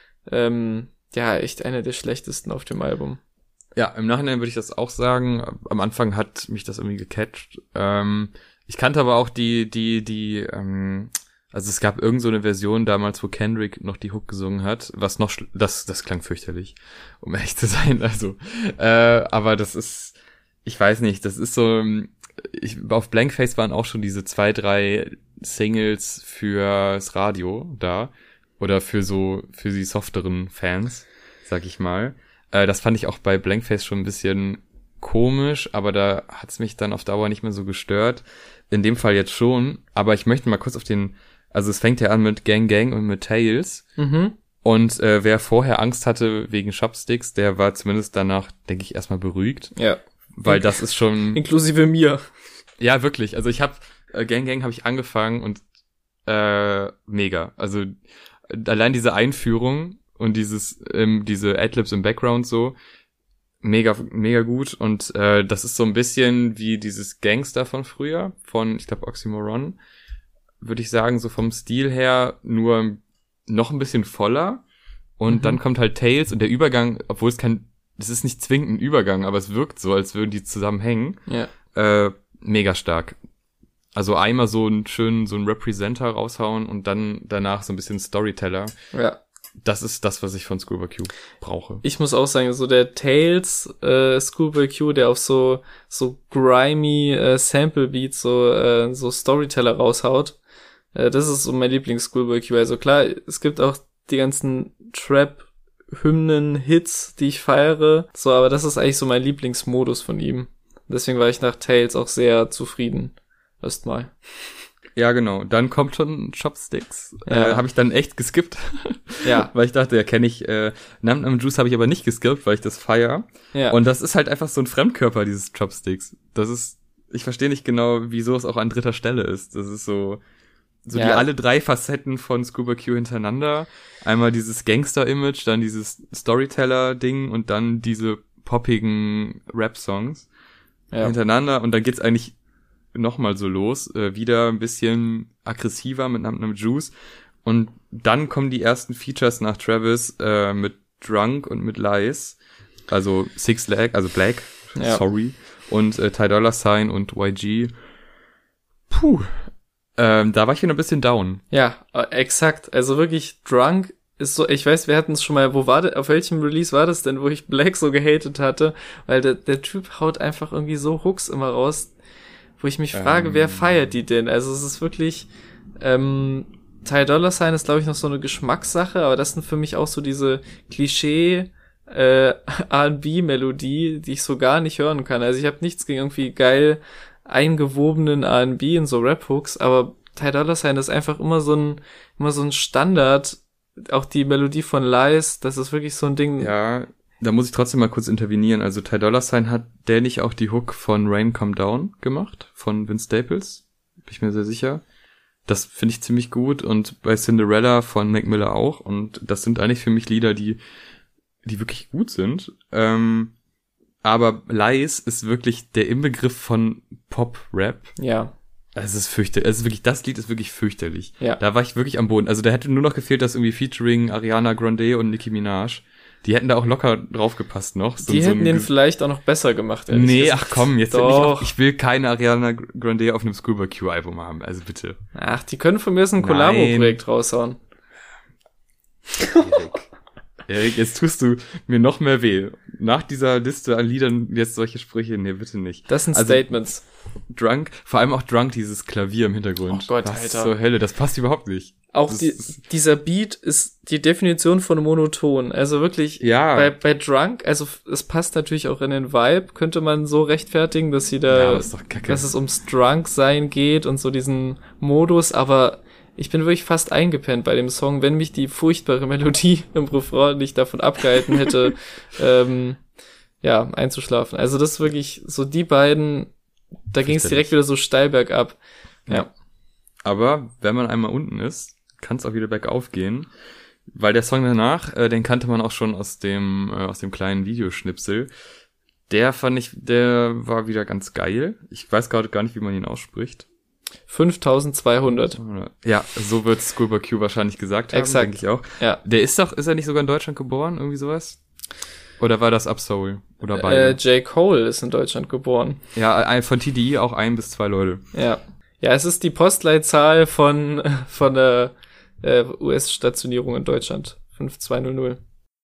ähm, ja echt einer der schlechtesten auf dem Album. Ja, im Nachhinein würde ich das auch sagen. Am Anfang hat mich das irgendwie gecatcht. Ähm, ich kannte aber auch die, die, die, ähm, also es gab irgend so eine Version damals, wo Kendrick noch die Hook gesungen hat, was noch, schl- das, das klang fürchterlich, um ehrlich zu sein, also, äh, aber das ist, ich weiß nicht, das ist so, ich, auf Blankface waren auch schon diese zwei, drei Singles fürs Radio da, oder für so, für die softeren Fans, sag ich mal. Äh, das fand ich auch bei Blankface schon ein bisschen komisch, aber da hat's mich dann auf Dauer nicht mehr so gestört. In dem Fall jetzt schon, aber ich möchte mal kurz auf den, also es fängt ja an mit Gang Gang und mit Tails. Mhm. Und äh, wer vorher Angst hatte wegen Chopsticks, der war zumindest danach, denke ich, erstmal beruhigt. Ja. Weil das ist schon... Inklusive mir. Ja, wirklich. Also ich habe äh, Gang Gang habe ich angefangen und äh, mega. Also allein diese Einführung und dieses ähm, diese Adlibs im Background so, mega mega gut. Und äh, das ist so ein bisschen wie dieses Gangster von früher, von, ich glaube, Oxymoron, würde ich sagen, so vom Stil her, nur noch ein bisschen voller. Und Mhm. dann kommt halt Tails, und der Übergang, obwohl es kein, das ist nicht zwingend ein Übergang, aber es wirkt so, als würden die zusammenhängen. Ja. Äh, mega stark. Also einmal so einen schönen, so einen Representer raushauen und dann danach so ein bisschen Storyteller. Ja. Das ist das, was ich von Schoolboy Q brauche. Ich muss auch sagen, so der Tails äh, Schoolboy Q, der auf so so grimy äh, Sample Beats so äh, so Storyteller raushaut, äh, das ist so mein Lieblings Schoolboy Q. Also klar, es gibt auch die ganzen Trap Hymnen, Hits, die ich feiere, so, aber das ist eigentlich so mein Lieblingsmodus von ihm. Deswegen war ich nach Tails auch sehr zufrieden. Erstmal. Ja, genau. Dann kommt schon Chopsticks. Ja. Äh, habe ich dann echt geskippt. Ja. Weil ich dachte, ja, kenne ich. Äh, Num Num Juice habe ich aber nicht geskippt, weil ich das feier. Ja. Und das ist halt einfach so ein Fremdkörper, dieses Chopsticks. Das ist, ich verstehe nicht genau, wieso es auch an dritter Stelle ist. Das ist so, so Ja. die alle drei Facetten von Scuba Q hintereinander. Einmal dieses Gangster-Image, dann dieses Storyteller-Ding und dann diese poppigen Rap-Songs Ja. hintereinander. Und dann geht's eigentlich nochmal so los, äh, wieder ein bisschen aggressiver mit einem, einem Juice. Und dann kommen die ersten Features nach Travis äh, mit Drunk und mit Lies. Also Six Lag, also Black, Ja. sorry. Und äh, Ty Dolla Sign und Y G. Puh. Ähm, da war ich wieder ein bisschen down. Ja, äh, exakt. Also wirklich, Drunk ist so, ich weiß, wir hatten es schon mal, wo war der, auf welchem Release war das denn, wo ich Black so gehatet hatte? Weil der, der Typ haut einfach irgendwie so Hooks immer raus, wo ich mich frage, Ähm. wer feiert die denn? Also es ist wirklich, ähm, Ty Dolla Sign ist, glaube ich, noch so eine Geschmackssache, aber das sind für mich auch so diese Klischee, äh, R and B-Melodie, die ich so gar nicht hören kann. Also ich habe nichts gegen irgendwie geil eingewobenen R and B und so Rap-Hooks, aber Ty Dolla Sign ist einfach immer so ein, immer so ein Standard. Auch die Melodie von Lies, das ist wirklich so ein Ding. Ja, da muss ich trotzdem mal kurz intervenieren. Also Ty Dolla Sign hat der nicht auch die Hook von Rain Come Down gemacht? Von Vince Staples? Bin ich mir sehr sicher. Das finde ich ziemlich gut. Und bei Cinderella von Mac Miller auch. Und das sind eigentlich für mich Lieder, die die wirklich gut sind. Ähm, aber Lies ist wirklich der Inbegriff von Pop-Rap. Ja. Es ist fürchterlich. Es ist wirklich, das Lied ist wirklich fürchterlich. Ja. Da war ich wirklich am Boden. Also da hätte nur noch gefehlt, dass irgendwie Featuring Ariana Grande und Nicki Minaj. Die hätten da auch locker draufgepasst noch. So, Die so hätten ein den Ge- vielleicht auch noch besser gemacht. ehrlich Nee, gesagt. ach komm, jetzt will ich, Doch. auch, ich will keine Ariana Grande auf einem Scuba Q Album haben. Also bitte. Ach, die können von mir aus ein Nein. Collabo-Projekt raushauen. Erik. Erik, jetzt tust du mir noch mehr weh. Nach dieser Liste an Liedern jetzt solche Sprüche, nee, bitte nicht. Das sind Also, Statements. Drunk, vor allem auch Drunk, dieses Klavier im Hintergrund. Oh Gott, Was Alter. zur Hölle, das passt überhaupt nicht. Auch Das die, ist- dieser Beat ist die Definition von monoton. Also wirklich, Ja. bei, bei Drunk, also f- es passt natürlich auch in den Vibe, könnte man so rechtfertigen, dass sie da, Ja, aber ist doch kacke. dass es ums Drunk-Sein geht und so diesen Modus, aber ich bin wirklich fast eingepennt bei dem Song, wenn mich die furchtbare Melodie im Refrain nicht davon abgehalten hätte, ähm, ja, einzuschlafen. Also das ist wirklich so die beiden, da ging es direkt wieder so steil bergab. Ja. Aber wenn man einmal unten ist, kann es auch wieder bergauf gehen, weil der Song danach, äh, den kannte man auch schon aus dem äh, aus dem kleinen Videoschnipsel. Der fand ich, der war wieder ganz geil. Ich weiß gerade gar nicht, wie man ihn ausspricht. fünftausendzweihundert. Ja, so wird Scuba Q wahrscheinlich gesagt haben, Exakt. denke ich auch. Ja. Der ist doch, ist er nicht sogar in Deutschland geboren, irgendwie sowas? Oder war das Upsoul? Oder Äh, beide? J. Cole ist in Deutschland geboren. Ja, ein- von T D I auch ein bis zwei Leute. Ja. Ja, es ist die Postleitzahl von, von der äh, U S-Stationierung in Deutschland. fünf zwei null null.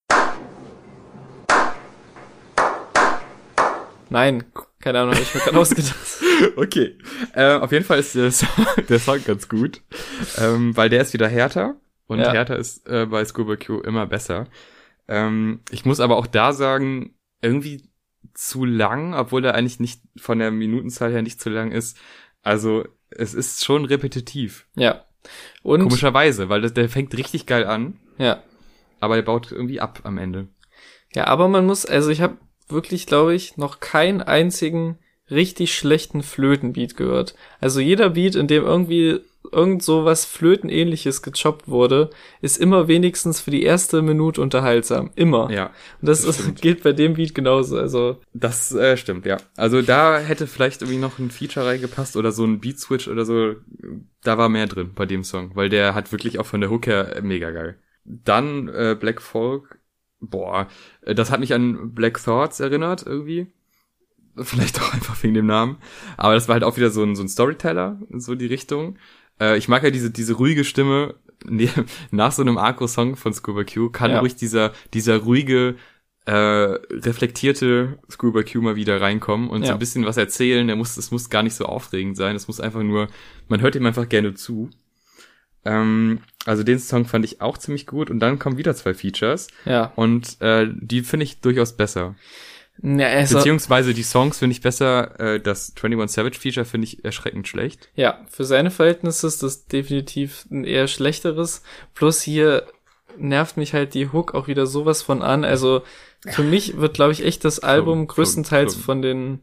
Nein, keine Ahnung, habe ich mir gerade ausgedacht. Okay. Äh, auf jeden Fall ist der Song, der Song ganz gut, ähm, weil der ist wieder härter und Ja. härter ist äh, bei Scuba Q immer besser. Ähm, ich muss aber auch da sagen, irgendwie zu lang, obwohl er eigentlich nicht von der Minutenzahl her nicht zu lang ist. Also es ist schon repetitiv. Ja. Und, Komischerweise, weil das, der fängt richtig geil an, ja. aber er baut irgendwie ab am Ende. Ja, aber man muss, also ich habe wirklich, glaube ich, noch keinen einzigen richtig schlechten Flötenbeat gehört. Also jeder Beat, in dem irgendwie irgend so was Flötenähnliches gechoppt wurde, ist immer wenigstens für die erste Minute unterhaltsam. Immer. Ja. Und das, das ist, stimmt. gilt bei dem Beat genauso. Also, Das äh, stimmt, ja. Also da hätte vielleicht irgendwie noch ein Feature reingepasst oder so ein Beat-Switch oder so. Da war mehr drin bei dem Song, weil der hat wirklich auch von der Hook her äh, mega geil. Dann äh, Black Folk. Boah, äh, das hat mich an Black Thoughts erinnert irgendwie. Vielleicht auch einfach wegen dem Namen. Aber das war halt auch wieder so ein, so ein Storyteller, so die Richtung. Äh, ich mag ja diese, diese ruhige Stimme. Nee, nach so einem Agro-Song von Scuba Q kann Ja. ruhig dieser, dieser ruhige, äh, reflektierte Scuba Q mal wieder reinkommen und Ja. so ein bisschen was erzählen. Der muss, es muss gar nicht so aufregend sein. Es muss einfach nur, man hört ihm einfach gerne zu. Ähm, also den Song fand ich auch ziemlich gut und dann kommen wieder zwei Features ja. und äh, die finde ich durchaus besser. Ja, also, Beziehungsweise die Songs finde ich besser, äh, das einundzwanzig Savage Feature finde ich erschreckend schlecht. ja, für seine Verhältnisse ist das definitiv ein eher schlechteres. Plus hier nervt mich halt die Hook auch wieder sowas von an. Also für mich wird, glaube ich, echt das Album Klump, größtenteils klump. von den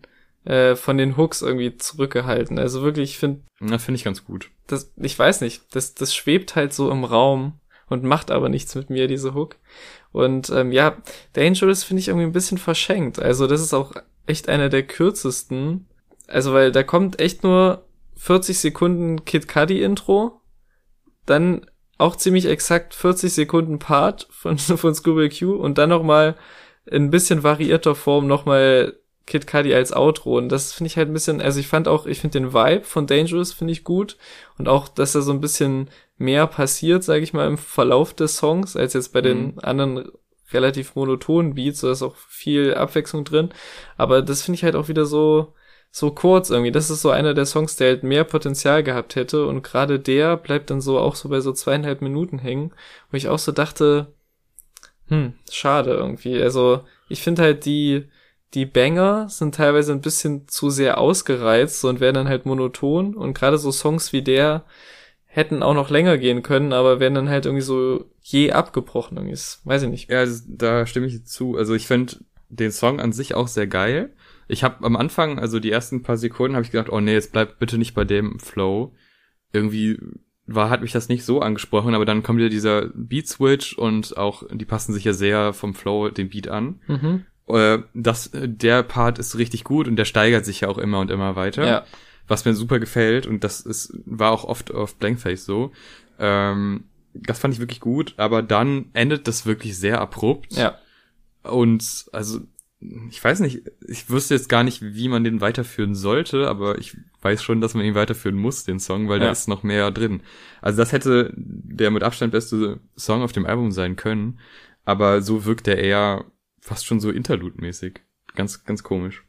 äh, von den Hooks irgendwie zurückgehalten. Also wirklich, ich finde... Das finde ich ganz gut. Das, ich weiß nicht, das, das schwebt halt so im Raum und macht aber nichts mit mir, diese Hook. Und ähm, ja, Dangerous finde ich irgendwie ein bisschen verschenkt. Also das ist auch echt einer der kürzesten. Also weil da kommt echt nur vierzig Sekunden Kid Cudi Intro, dann auch ziemlich exakt vierzig Sekunden Part von, von Schoolboy Q und dann nochmal in ein bisschen variierter Form nochmal Kid Cudi als Outro. Und das finde ich halt ein bisschen, also ich fand auch, ich finde den Vibe von Dangerous finde ich gut und auch, dass da so ein bisschen mehr passiert, sage ich mal, im Verlauf des Songs, als jetzt bei mhm. den anderen relativ monotonen Beats, da ist auch viel Abwechslung drin. Aber das finde ich halt auch wieder so so kurz irgendwie. Das ist so einer der Songs, der halt mehr Potenzial gehabt hätte und gerade der bleibt dann so auch so bei so zweieinhalb Minuten hängen, wo ich auch so dachte, hm, schade irgendwie. Also ich finde halt die die Banger sind teilweise ein bisschen zu sehr ausgereizt und werden dann halt monoton und gerade so Songs wie der hätten auch noch länger gehen können, aber werden dann halt irgendwie so je abgebrochen irgendwie. Das weiß ich nicht. Ja, da stimme ich zu. Also ich finde den Song an sich auch sehr geil. Ich habe am Anfang, also die ersten paar Sekunden, habe ich gedacht, oh nee, jetzt bleib bitte nicht bei dem Flow. Irgendwie war, hat mich das nicht so angesprochen, aber dann kommt wieder dieser Beat-Switch und auch, die passen sich ja sehr vom Flow dem Beat an. Mhm. Äh, das, der Part ist richtig gut und der steigert sich ja auch immer und immer weiter. Ja. Was mir super gefällt und das ist, war auch oft auf Blankface so. Ähm, das fand ich wirklich gut, aber dann endet das wirklich sehr abrupt. Ja. Und, also, ich weiß nicht, ich wüsste jetzt gar nicht, wie man den weiterführen sollte, aber ich weiß schon, dass man ihn weiterführen muss, den Song, weil ja. da ist noch mehr drin. Also das hätte der mit Abstand beste Song auf dem Album sein können, aber so wirkt er eher fast schon so Interlude-mäßig. Ganz, ganz komisch.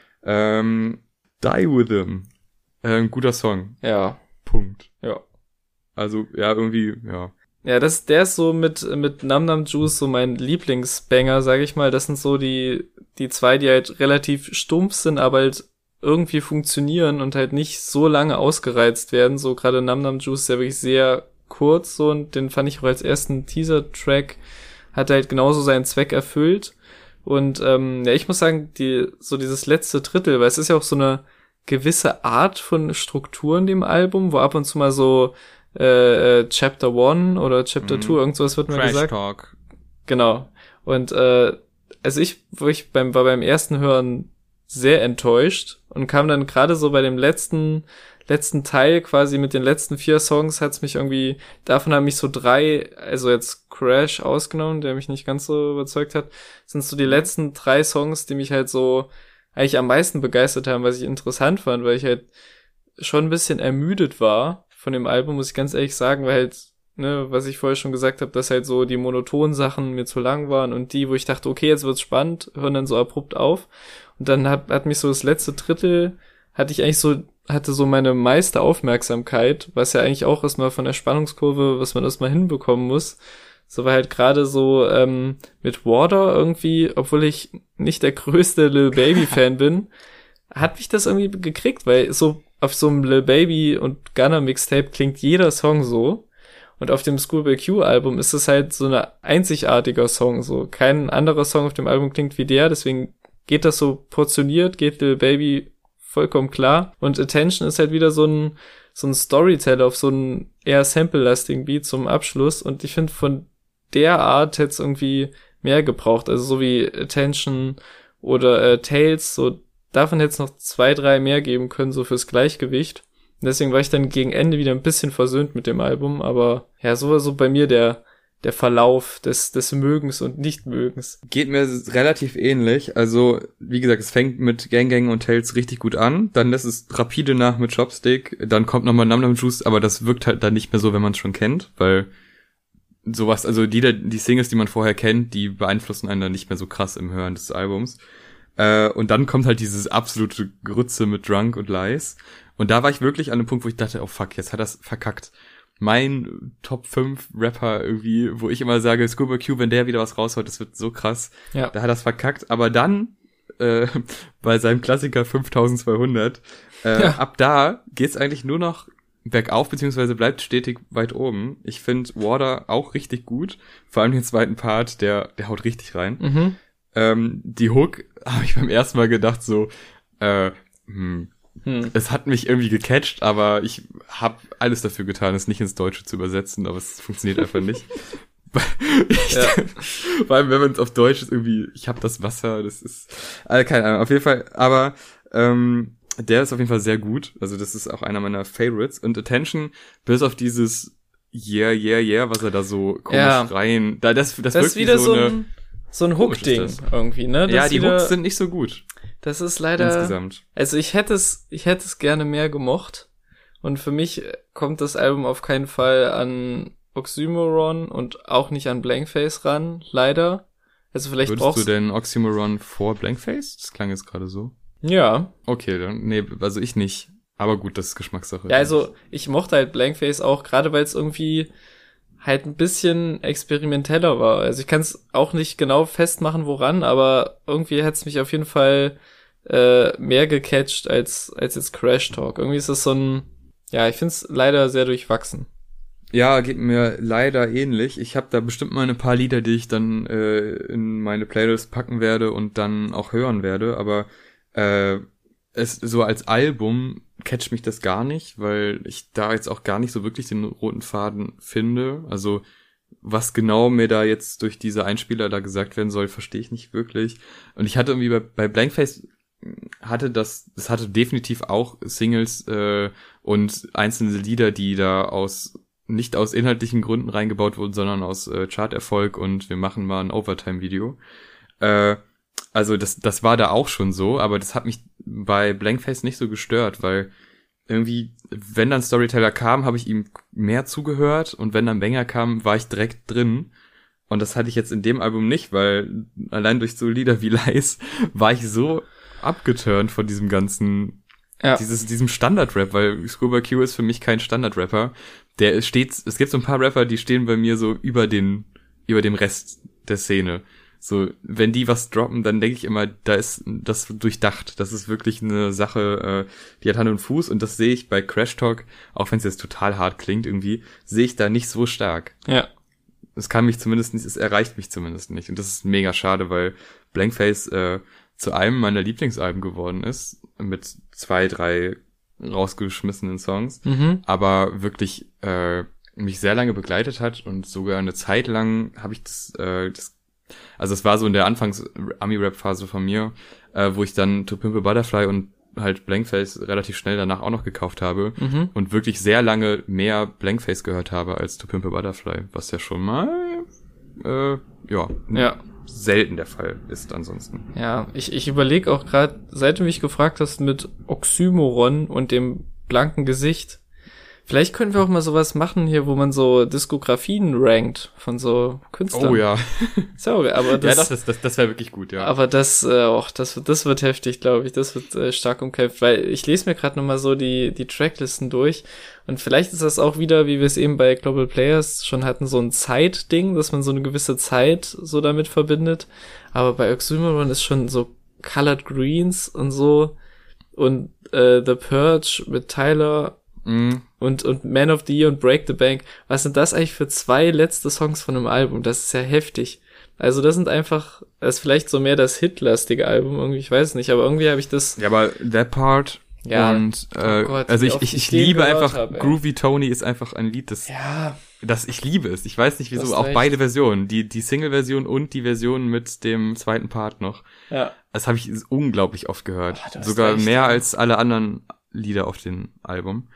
Ähm, Die With Him. Äh, ein guter Song. Ja. Punkt. Ja. Also, ja, irgendwie, ja. Ja, das, der ist so mit, mit Nam Nam Juice so mein Lieblingsbanger, sag ich mal. Das sind so die, die zwei, die halt relativ stumpf sind, aber halt irgendwie funktionieren und halt nicht so lange ausgereizt werden. So gerade Nam Nam Juice ist ja wirklich sehr kurz so und den fand ich auch als ersten Teaser-Track, hat halt genauso seinen Zweck erfüllt. Und ähm, ja, ich muss sagen, die so dieses letzte Drittel, weil es ist ja auch so eine gewisse Art von Struktur in dem Album, wo ab und zu mal so äh, äh, Chapter One oder Chapter Two, mhm. irgend sowas wird mir Trash gesagt. Talk. Genau. Und äh, also ich, wo ich beim war beim ersten Hören sehr enttäuscht und kam dann gerade so bei dem letzten letzten Teil quasi mit den letzten vier Songs hat's mich irgendwie, davon haben mich so drei, also jetzt Crash ausgenommen, der mich nicht ganz so überzeugt hat, sind so die letzten drei Songs, die mich halt so eigentlich am meisten begeistert haben, was ich interessant fand, weil ich halt schon ein bisschen ermüdet war von dem Album, muss ich ganz ehrlich sagen, weil halt, ne, was ich vorher schon gesagt habe, dass halt so die monotonen Sachen mir zu lang waren und die, wo ich dachte, okay, jetzt wird's spannend, hören dann so abrupt auf. Und dann hat, hat mich so das letzte Drittel, hatte ich eigentlich so, hatte so meine meiste Aufmerksamkeit, was ja eigentlich auch erstmal von der Spannungskurve, was man erstmal hinbekommen muss. So war halt gerade so ähm, mit Water irgendwie, obwohl ich nicht der größte Lil Baby Fan bin, hat mich das irgendwie gekriegt, weil so auf so einem Lil Baby und Gunna Mixtape klingt jeder Song so. Und auf dem Schoolboy Q Album ist es halt so ein einzigartiger Song, so kein anderer Song auf dem Album klingt wie der, deswegen geht das so portioniert, geht Lil Baby vollkommen klar. Und Attention ist halt wieder so ein so ein Storyteller auf so einen eher sample-lastigen Beat zum Abschluss. Und ich finde, von der Art hätte es irgendwie mehr gebraucht. Also so wie Attention oder äh, Tales, so davon hätte es noch zwei, drei mehr geben können, so fürs Gleichgewicht. Und deswegen war ich dann gegen Ende wieder ein bisschen versöhnt mit dem Album. Aber ja, so war so bei mir der der Verlauf des des Mögens und Nichtmögens. Geht mir relativ ähnlich. Also, wie gesagt, es fängt mit Gang Gang und Tales richtig gut an, dann lässt es rapide nach mit Chopstick, dann kommt nochmal Nam Nam Juice, aber das wirkt halt dann nicht mehr so, wenn man es schon kennt, weil sowas, also die, die Singles, die man vorher kennt, die beeinflussen einen dann nicht mehr so krass im Hören des Albums. Äh, und dann kommt halt dieses absolute Grütze mit Drunk und Lies. Und da war ich wirklich an einem Punkt, wo ich dachte, oh fuck, jetzt hat das verkackt. Mein Top fünf Rapper irgendwie, wo ich immer sage, Schoolboy Q, wenn der wieder was raushaut, das wird so krass. Ja. Da hat das verkackt. Aber dann, äh, bei seinem Klassiker fünftausendzweihundert, äh, ja. ab da geht's eigentlich nur noch bergauf, beziehungsweise bleibt stetig weit oben. Ich finde Water auch richtig gut. Vor allem den zweiten Part, der, der haut richtig rein. Mhm. Ähm, die Hook habe ich beim ersten Mal gedacht so, Äh, hm. Hm. Es hat mich irgendwie gecatcht, aber ich habe alles dafür getan, es nicht ins Deutsche zu übersetzen, aber es funktioniert einfach nicht. ich, Ja. Vor allem, wenn man es auf Deutsch ist, irgendwie, ich habe das Wasser, das ist, also keine Ahnung, auf jeden Fall, aber ähm, der ist auf jeden Fall sehr gut, also das ist auch einer meiner Favorites und Attention, bis auf dieses Yeah, yeah, yeah, was er da so komisch Ja. rein, da das, das, Das wirkt ist wieder wie so eine, ein, so ein Komisch ist Hook-Ding das. irgendwie, ne? Das ja, ist die wieder, Hooks sind nicht so gut, das ist leider, insgesamt. also ich hätte es, ich hätte es gerne mehr gemocht und für mich kommt das Album auf keinen Fall an Oxymoron und auch nicht an Blankface ran, leider. Also vielleicht Würdest brauchst du denn Oxymoron vor Blankface? Das klang jetzt gerade so. Ja. Okay, dann, nee, also ich nicht. Aber gut, das ist Geschmackssache. Ja, also ich mochte halt Blankface auch, gerade weil es irgendwie halt ein bisschen experimenteller war. Also ich kann es auch nicht genau festmachen, woran, aber irgendwie hat's mich auf jeden Fall äh, mehr gecatcht als als jetzt Crash Talk. Irgendwie ist das so ein, ja, ich find's leider sehr durchwachsen. Ja, geht mir leider ähnlich. Ich habe da bestimmt mal ein paar Lieder, die ich dann äh, in meine Playlist packen werde und dann auch hören werde, aber äh, es so als Album catcht mich das gar nicht, weil ich da jetzt auch gar nicht so wirklich den roten Faden finde. Also was genau mir da jetzt durch diese Einspieler da gesagt werden soll, verstehe ich nicht wirklich. Und ich hatte irgendwie bei, bei Blankface hatte das, es hatte definitiv auch Singles äh, und einzelne Lieder, die da aus nicht aus inhaltlichen Gründen reingebaut wurden, sondern aus äh, Charterfolg und wir machen mal ein Overtime-Video. Äh, also das das war da auch schon so, aber das hat mich bei Blankface nicht so gestört, weil irgendwie, wenn dann Storyteller kam, habe ich ihm mehr zugehört und wenn dann Banger kam, war ich direkt drin. Und das hatte ich jetzt in dem Album nicht, weil allein durch so Lieder wie Lies war ich so abgeturnt von diesem ganzen Ja. Dieses, diesem Standard-Rap, weil Scuba Q ist für mich kein Standard-Rapper. Der steht, es gibt so ein paar Rapper, die stehen bei mir so über den, über dem Rest der Szene. So, wenn die was droppen, dann denke ich immer, da ist das durchdacht. Das ist wirklich eine Sache, äh, die hat Hand und Fuß und das sehe ich bei Crash Talk, auch wenn es jetzt total hart klingt irgendwie, sehe ich da nicht so stark. Ja. Es kann mich zumindest nicht, es erreicht mich zumindest nicht. Und das ist mega schade, weil Blankface äh, zu einem meiner Lieblingsalben geworden ist, mit zwei, drei rausgeschmissenen Songs, Mhm. aber wirklich äh, mich sehr lange begleitet hat und sogar eine Zeit lang habe ich das, äh, das, also es war so in der Anfangs-Ami-Rap-Phase von mir, äh, wo ich dann To Pimp a Butterfly und halt Blankface relativ schnell danach auch noch gekauft habe Mhm. und wirklich sehr lange mehr Blankface gehört habe als To Pimp a Butterfly, was ja schon mal äh, ja, Ja. selten der Fall ist ansonsten. Ja, ich, ich überlege auch gerade, seit du mich gefragt hast mit Oxymoron und dem blanken Gesicht, vielleicht können wir auch mal sowas machen hier, wo man so Diskografien rankt von so Künstlern. Oh ja. Sorry, aber das, ja, doch, das, das, das wäre wirklich gut, ja. aber das, äh, och, das wird, das wird heftig, glaube ich. Das wird äh, stark umkämpft, weil ich lese mir gerade nochmal so die die Tracklisten durch und vielleicht ist das auch wieder, wie wir es eben bei Global Players schon hatten, so ein Zeitding, dass man so eine gewisse Zeit so damit verbindet. Aber bei Oxymoron ist schon so Colored Greens und so und äh, The Purge mit Tyler Mhm. und und Man of the Year und Break the Bank. Was sind das eigentlich für zwei letzte Songs von einem Album? Das ist ja heftig. Also das sind einfach, das ist vielleicht so mehr das hitlastige Album, irgendwie, ich weiß nicht, aber irgendwie habe ich das, Ja, aber That Part Ja. und äh, Oh Gott, also wie ich, oft ich, ich ich den liebe gehört einfach, hab, ey. Groovy Tony ist einfach ein Lied, das, ja, das ich liebe es. Ich weiß nicht Du wieso, hast auch recht. beide Versionen, die die Single-Version und die Version mit dem zweiten Part noch. ja, Das habe ich unglaublich oft gehört. Oh, du hast Sogar recht, mehr ja. als alle anderen Lieder auf dem Album.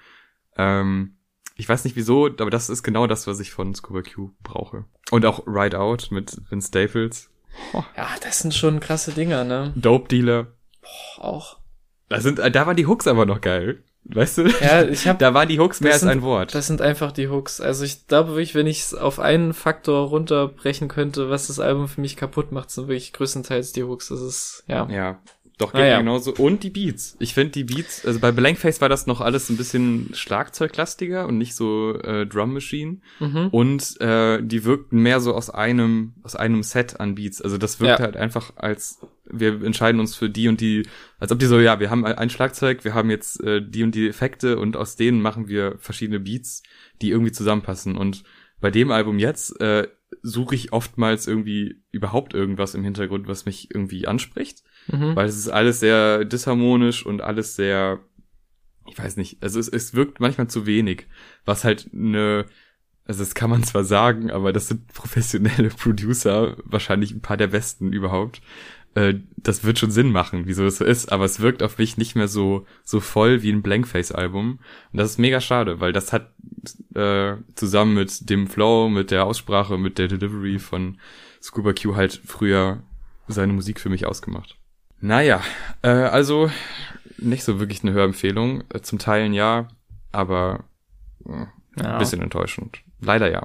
Ähm, ich weiß nicht wieso, aber das ist genau das, was ich von Scuba Q brauche. Und auch Ride Out mit Vince Staples. ja, das sind schon krasse Dinger, ne? Dope Dealer. Auch. Da sind, da waren die Hooks aber noch geil. Weißt du? Ja, ich hab, Da waren die Hooks mehr Das als sind- ein Wort. das sind einfach die Hooks. Also ich glaube wirklich, wenn ich es auf einen Faktor runterbrechen könnte, was das Album für mich kaputt macht, sind wirklich größtenteils die Hooks. Das ist, ja. Ja, doch, geht Naja. mir genauso. Und die Beats. Ich finde die Beats, also bei Blankface war das noch alles ein bisschen schlagzeuglastiger und nicht so äh, Drum Machine. Mhm. Und äh, die wirkten mehr so aus einem aus einem Set an Beats. Also das wirkt Ja. halt einfach als, wir entscheiden uns für die und die, als ob die so, ja, wir haben ein Schlagzeug, wir haben jetzt äh, die und die Effekte und aus denen machen wir verschiedene Beats, die irgendwie zusammenpassen. Und bei dem Album jetzt äh, suche ich oftmals irgendwie überhaupt irgendwas im Hintergrund, was mich irgendwie anspricht. Mhm. Weil es ist alles sehr disharmonisch und alles sehr, ich weiß nicht, also es, es wirkt manchmal zu wenig, was halt eine, also das kann man zwar sagen, aber das sind professionelle Producer, wahrscheinlich ein paar der besten überhaupt. Äh, das wird schon Sinn machen, wieso das so ist, aber es wirkt auf mich nicht mehr so so voll wie ein Blankface-Album. Und das ist mega schade, weil das hat äh, zusammen mit dem Flow, mit der Aussprache, mit der Delivery von Scuba Q halt früher seine Musik für mich ausgemacht. Naja, äh, also nicht so wirklich eine Hörempfehlung. Äh, zum Teil ein ja, aber äh, Ja. ein bisschen enttäuschend. Leider ja.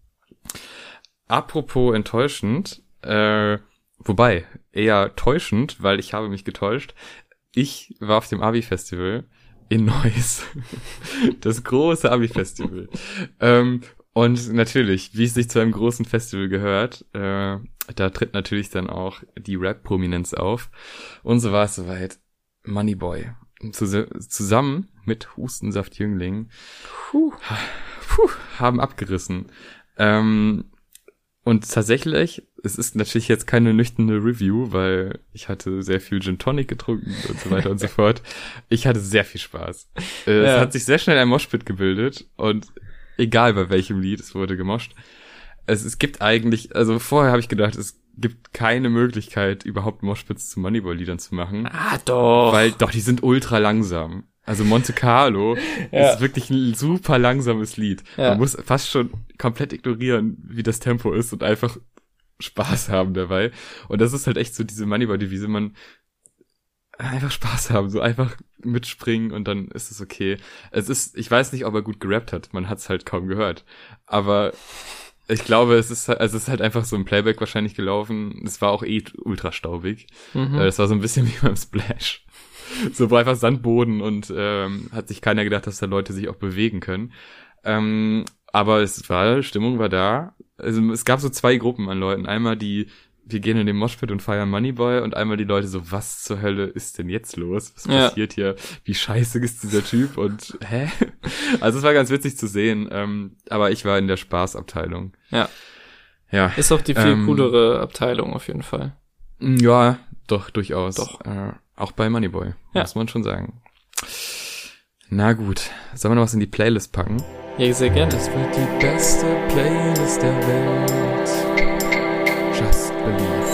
Apropos enttäuschend, äh, wobei, eher täuschend, weil ich habe mich getäuscht. Ich war auf dem Abi-Festival in Neuss. Das große Abi-Festival. ähm, und natürlich, wie es sich zu einem großen Festival gehört, äh, da tritt natürlich dann auch die Rap-Prominenz auf. Und so war es soweit. Moneyboy. Zus- zusammen mit Hustensaft Jüngling puh, puh, haben abgerissen. Ähm, und tatsächlich, es ist natürlich jetzt keine nüchterne Review, weil ich hatte sehr viel Gin Tonic getrunken und so weiter und so fort. Ich hatte sehr viel Spaß. Äh, Ja. Es hat sich sehr schnell ein Moshpit gebildet und egal bei welchem Lied, es wurde gemoscht. Es, es gibt eigentlich, also vorher habe ich gedacht, es gibt keine Möglichkeit, überhaupt Moshpits zu Moneyboy-Liedern zu machen. Ah, doch. Weil, doch, die sind ultra langsam. Also Monte Carlo Ja. ist wirklich ein super langsames Lied. Ja. Man muss fast schon komplett ignorieren, wie das Tempo ist und einfach Spaß haben dabei. Und das ist halt echt so diese Moneyboy-Devise, man einfach Spaß haben, so einfach mitspringen und dann ist es okay. Es ist, ich weiß nicht, ob er gut gerappt hat, man hat es halt kaum gehört. Aber ich glaube, es ist, also es ist halt einfach so ein Playback wahrscheinlich gelaufen. Es war auch eh ultra staubig. Mhm. Es war so ein bisschen wie beim Splash. So war einfach Sandboden und ähm, hat sich keiner gedacht, dass da Leute sich auch bewegen können. Ähm, aber es war, Stimmung war da. Also es gab so zwei Gruppen an Leuten. Einmal die, wir gehen in den Moshpit und feiern Moneyboy und einmal die Leute so, was zur Hölle ist denn jetzt los? Was Ja. passiert hier? Wie scheiße ist dieser Typ? Und hä? Also es war ganz witzig zu sehen. Ähm, aber ich war in der Spaßabteilung. Ja. Ja. Ist auch die viel Ähm, coolere Abteilung auf jeden Fall. Ja, doch, durchaus. Doch. Äh, auch bei Moneyboy, Ja. muss man schon sagen. Na gut, sollen wir noch was in die Playlist packen? Ja, sehr gerne. Das wird die beste Playlist der Welt. Just Believe.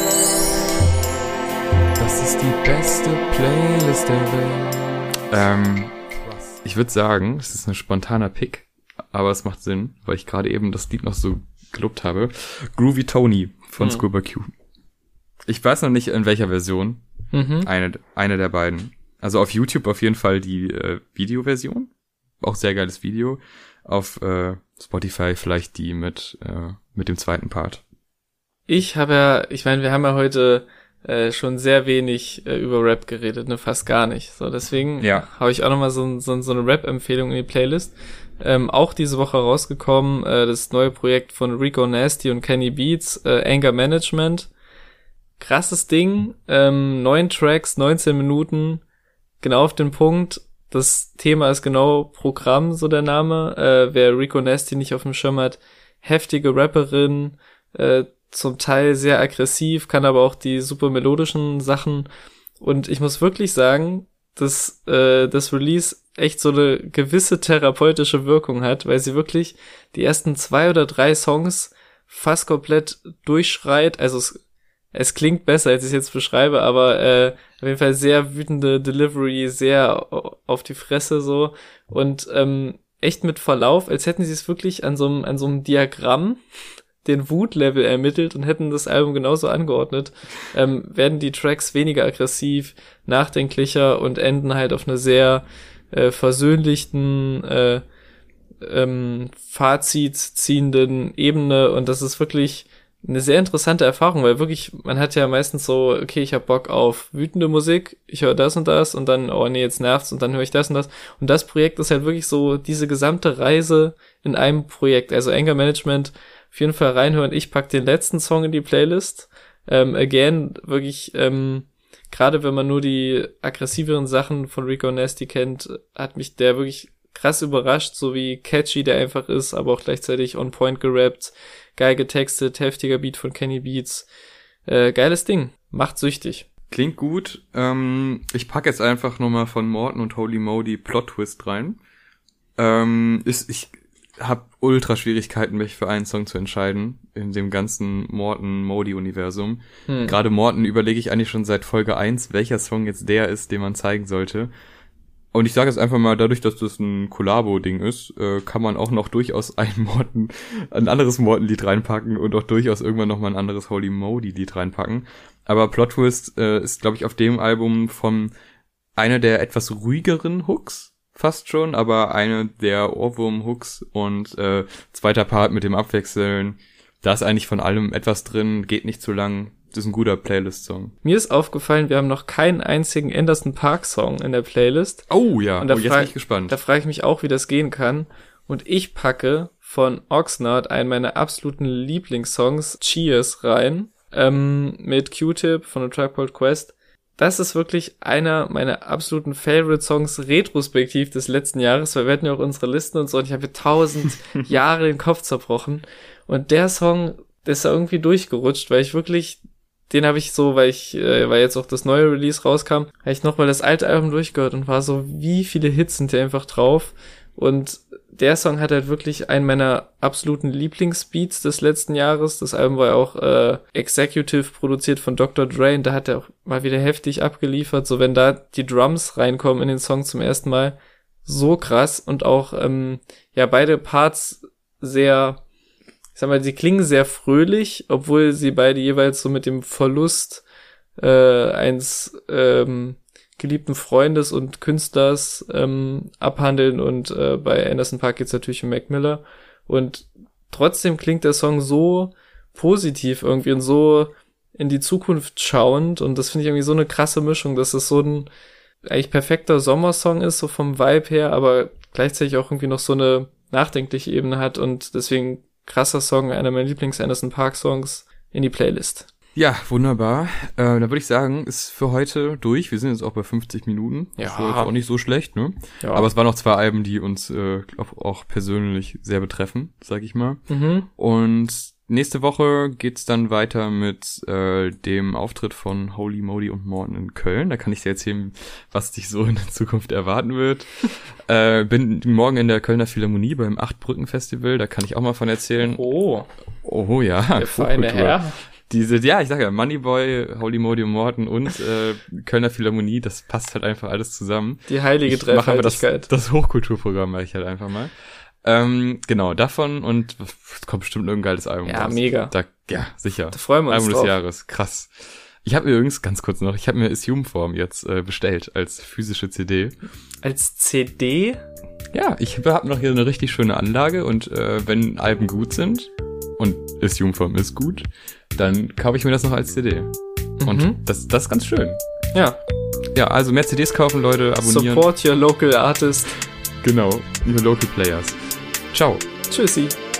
Das ist die beste Playlist der Welt. Ähm, ich würde sagen, es ist ein spontaner Pick, aber es macht Sinn, weil ich gerade eben das Lied noch so gelobt habe. Groovy Tony von Mhm. Scuba Q. Ich weiß noch nicht, in welcher Version. Mhm. Eine, eine der beiden. Also auf YouTube auf jeden Fall die äh, Videoversion. Auch sehr geiles Video. Auf äh, Spotify vielleicht die mit äh, mit dem zweiten Part. Ich habe ja, ich meine, wir haben ja heute äh, schon sehr wenig äh, über Rap geredet, ne, fast gar nicht. So, deswegen Ja. habe ich auch nochmal so, so, so eine Rap-Empfehlung in die Playlist. Ähm, auch diese Woche rausgekommen, äh, das neue Projekt von Rico Nasty und Kenny Beats, äh, Anger Management. Krasses Ding, ähm, neun Tracks, neunzehn Minuten, genau auf den Punkt. Das Thema ist genau Programm, so der Name. Äh, wer Rico Nasty nicht auf dem Schirm hat, heftige Rapperin, äh, zum Teil sehr aggressiv, kann aber auch die super melodischen Sachen. Und ich muss wirklich sagen, dass äh, das Release echt so eine gewisse therapeutische Wirkung hat, weil sie wirklich die ersten zwei oder drei Songs fast komplett durchschreit. Also es Es klingt besser, als ich es jetzt beschreibe, aber äh, auf jeden Fall sehr wütende Delivery, sehr auf die Fresse so und ähm, echt mit Verlauf, als hätten sie es wirklich an so einem an so einem Diagramm den Wutlevel ermittelt und hätten das Album genauso angeordnet, ähm, werden die Tracks weniger aggressiv, nachdenklicher und enden halt auf einer sehr äh, versöhnlichen äh, ähm, Fazit ziehenden Ebene und das ist wirklich eine sehr interessante Erfahrung, weil wirklich, man hat ja meistens so, okay, ich hab Bock auf wütende Musik, ich höre das und das und dann, oh nee, jetzt nervt's und dann höre ich das und das. Und das Projekt ist halt wirklich so diese gesamte Reise in einem Projekt. Also Anger Management, auf jeden Fall reinhören. Ich pack den letzten Song in die Playlist. Ähm, again, wirklich, ähm, gerade wenn man nur die aggressiveren Sachen von Rico Nasty kennt, hat mich der wirklich krass überrascht, so wie catchy der einfach ist, aber auch gleichzeitig on point gerappt. Geil getextet, heftiger Beat von Kenny Beats. Äh, geiles Ding. Macht süchtig. Klingt gut. Ähm, ich packe jetzt einfach nochmal von Morten und Holy Modi Plot Twist rein. Ähm, ist, ich habe ultra Schwierigkeiten, mich für einen Song zu entscheiden in dem ganzen Morten-Modi-Universum. Hm. Gerade Morten überlege ich eigentlich schon seit Folge eins, welcher Song jetzt der ist, den man zeigen sollte. Und ich sage jetzt einfach mal, dadurch, dass das ein Kollabo-Ding ist, äh, kann man auch noch durchaus ein Morten, ein anderes Morten-Lied reinpacken und auch durchaus irgendwann noch mal ein anderes Holy Modi-Lied reinpacken. Aber Plot Twist äh, ist, glaube ich, auf dem Album von einer der etwas ruhigeren Hooks, fast schon, aber eine der Ohrwurm-Hooks und äh, zweiter Part mit dem Abwechseln. Da ist eigentlich von allem etwas drin, geht nicht zu lang. Das ist ein guter Playlist-Song. Mir ist aufgefallen, wir haben noch keinen einzigen Anderson Paak-Song in der Playlist. Oh ja, und da oh, jetzt bin ich gespannt. Da frage ich mich auch, wie das gehen kann. Und ich packe von Oxnard einen meiner absoluten Lieblingssongs, Cheers, rein. Ähm, mit Q-Tip von A Tribe Called Quest. Das ist wirklich einer meiner absoluten Favorite-Songs retrospektiv des letzten Jahres, weil wir hatten ja auch unsere Listen und so und ich habe tausend Jahre den Kopf zerbrochen. Und der Song, der ist da irgendwie durchgerutscht, weil ich wirklich... Den habe ich so, weil ich, äh, weil jetzt auch das neue Release rauskam, habe ich nochmal das alte Album durchgehört und war so, wie viele Hits sind da einfach drauf. Und der Song hat halt wirklich einen meiner absoluten Lieblingsbeats des letzten Jahres. Das Album war ja auch äh, executive produziert von Doktor Dre und da hat er auch mal wieder heftig abgeliefert. So wenn da die Drums reinkommen in den Song zum ersten Mal, so krass. Und auch, ähm, ja, beide Parts sehr... Ich sag mal, sie klingen sehr fröhlich, obwohl sie beide jeweils so mit dem Verlust äh, eines ähm, geliebten Freundes und Künstlers ähm, abhandeln und äh, bei Anderson Paak geht's natürlich um Mac Miller und trotzdem klingt der Song so positiv irgendwie und so in die Zukunft schauend und das finde ich irgendwie so eine krasse Mischung, dass es so ein eigentlich perfekter Sommersong ist, so vom Vibe her, aber gleichzeitig auch irgendwie noch so eine nachdenkliche Ebene hat und deswegen krasser Song, einer meiner Lieblings-Anderson Paak-Songs in die Playlist. Ja, wunderbar. Äh, dann würde ich sagen, ist für heute durch. Wir sind jetzt auch bei fünfzig Minuten. Ja. Das war jetzt auch nicht so schlecht, ne? Ja. Aber es waren noch zwei Alben, die uns äh, glaub, auch persönlich sehr betreffen, sag ich mal. Mhm. Und nächste Woche geht's dann weiter mit äh, dem Auftritt von Holy Modi und Morten in Köln. Da kann ich dir erzählen, was dich so in der Zukunft erwarten wird. äh, bin morgen in der Kölner Philharmonie beim Acht-Brücken-Festival. Da kann ich auch mal von erzählen. Oh. Oh ja. Der feine Herr. Diese, ja, ich sag ja, Moneyboy, Holy Modi und Morten und äh, Kölner Philharmonie, das passt halt einfach alles zusammen. Die heilige ich Dreifaltigkeit. Das, das Hochkulturprogramm mache ich halt einfach mal. Ähm, genau, davon und es kommt bestimmt irgendein geiles Album Ja, raus. mega. Da, ja, sicher. Da freuen wir uns Album drauf. des Jahres, krass. Ich habe mir übrigens, ganz kurz noch, ich habe mir Assume-Form jetzt äh, bestellt als physische C D. Als C D? Ja, ich habe noch hier eine richtig schöne Anlage und äh, wenn Alben gut sind und Assume-Form ist gut, dann kaufe ich mir das noch als C D. Und Mhm. das, das ist ganz schön. Ja. Ja, also mehr C Ds kaufen, Leute, abonnieren. Support your local artist. Genau, your local players. Ciao. Tschüssi.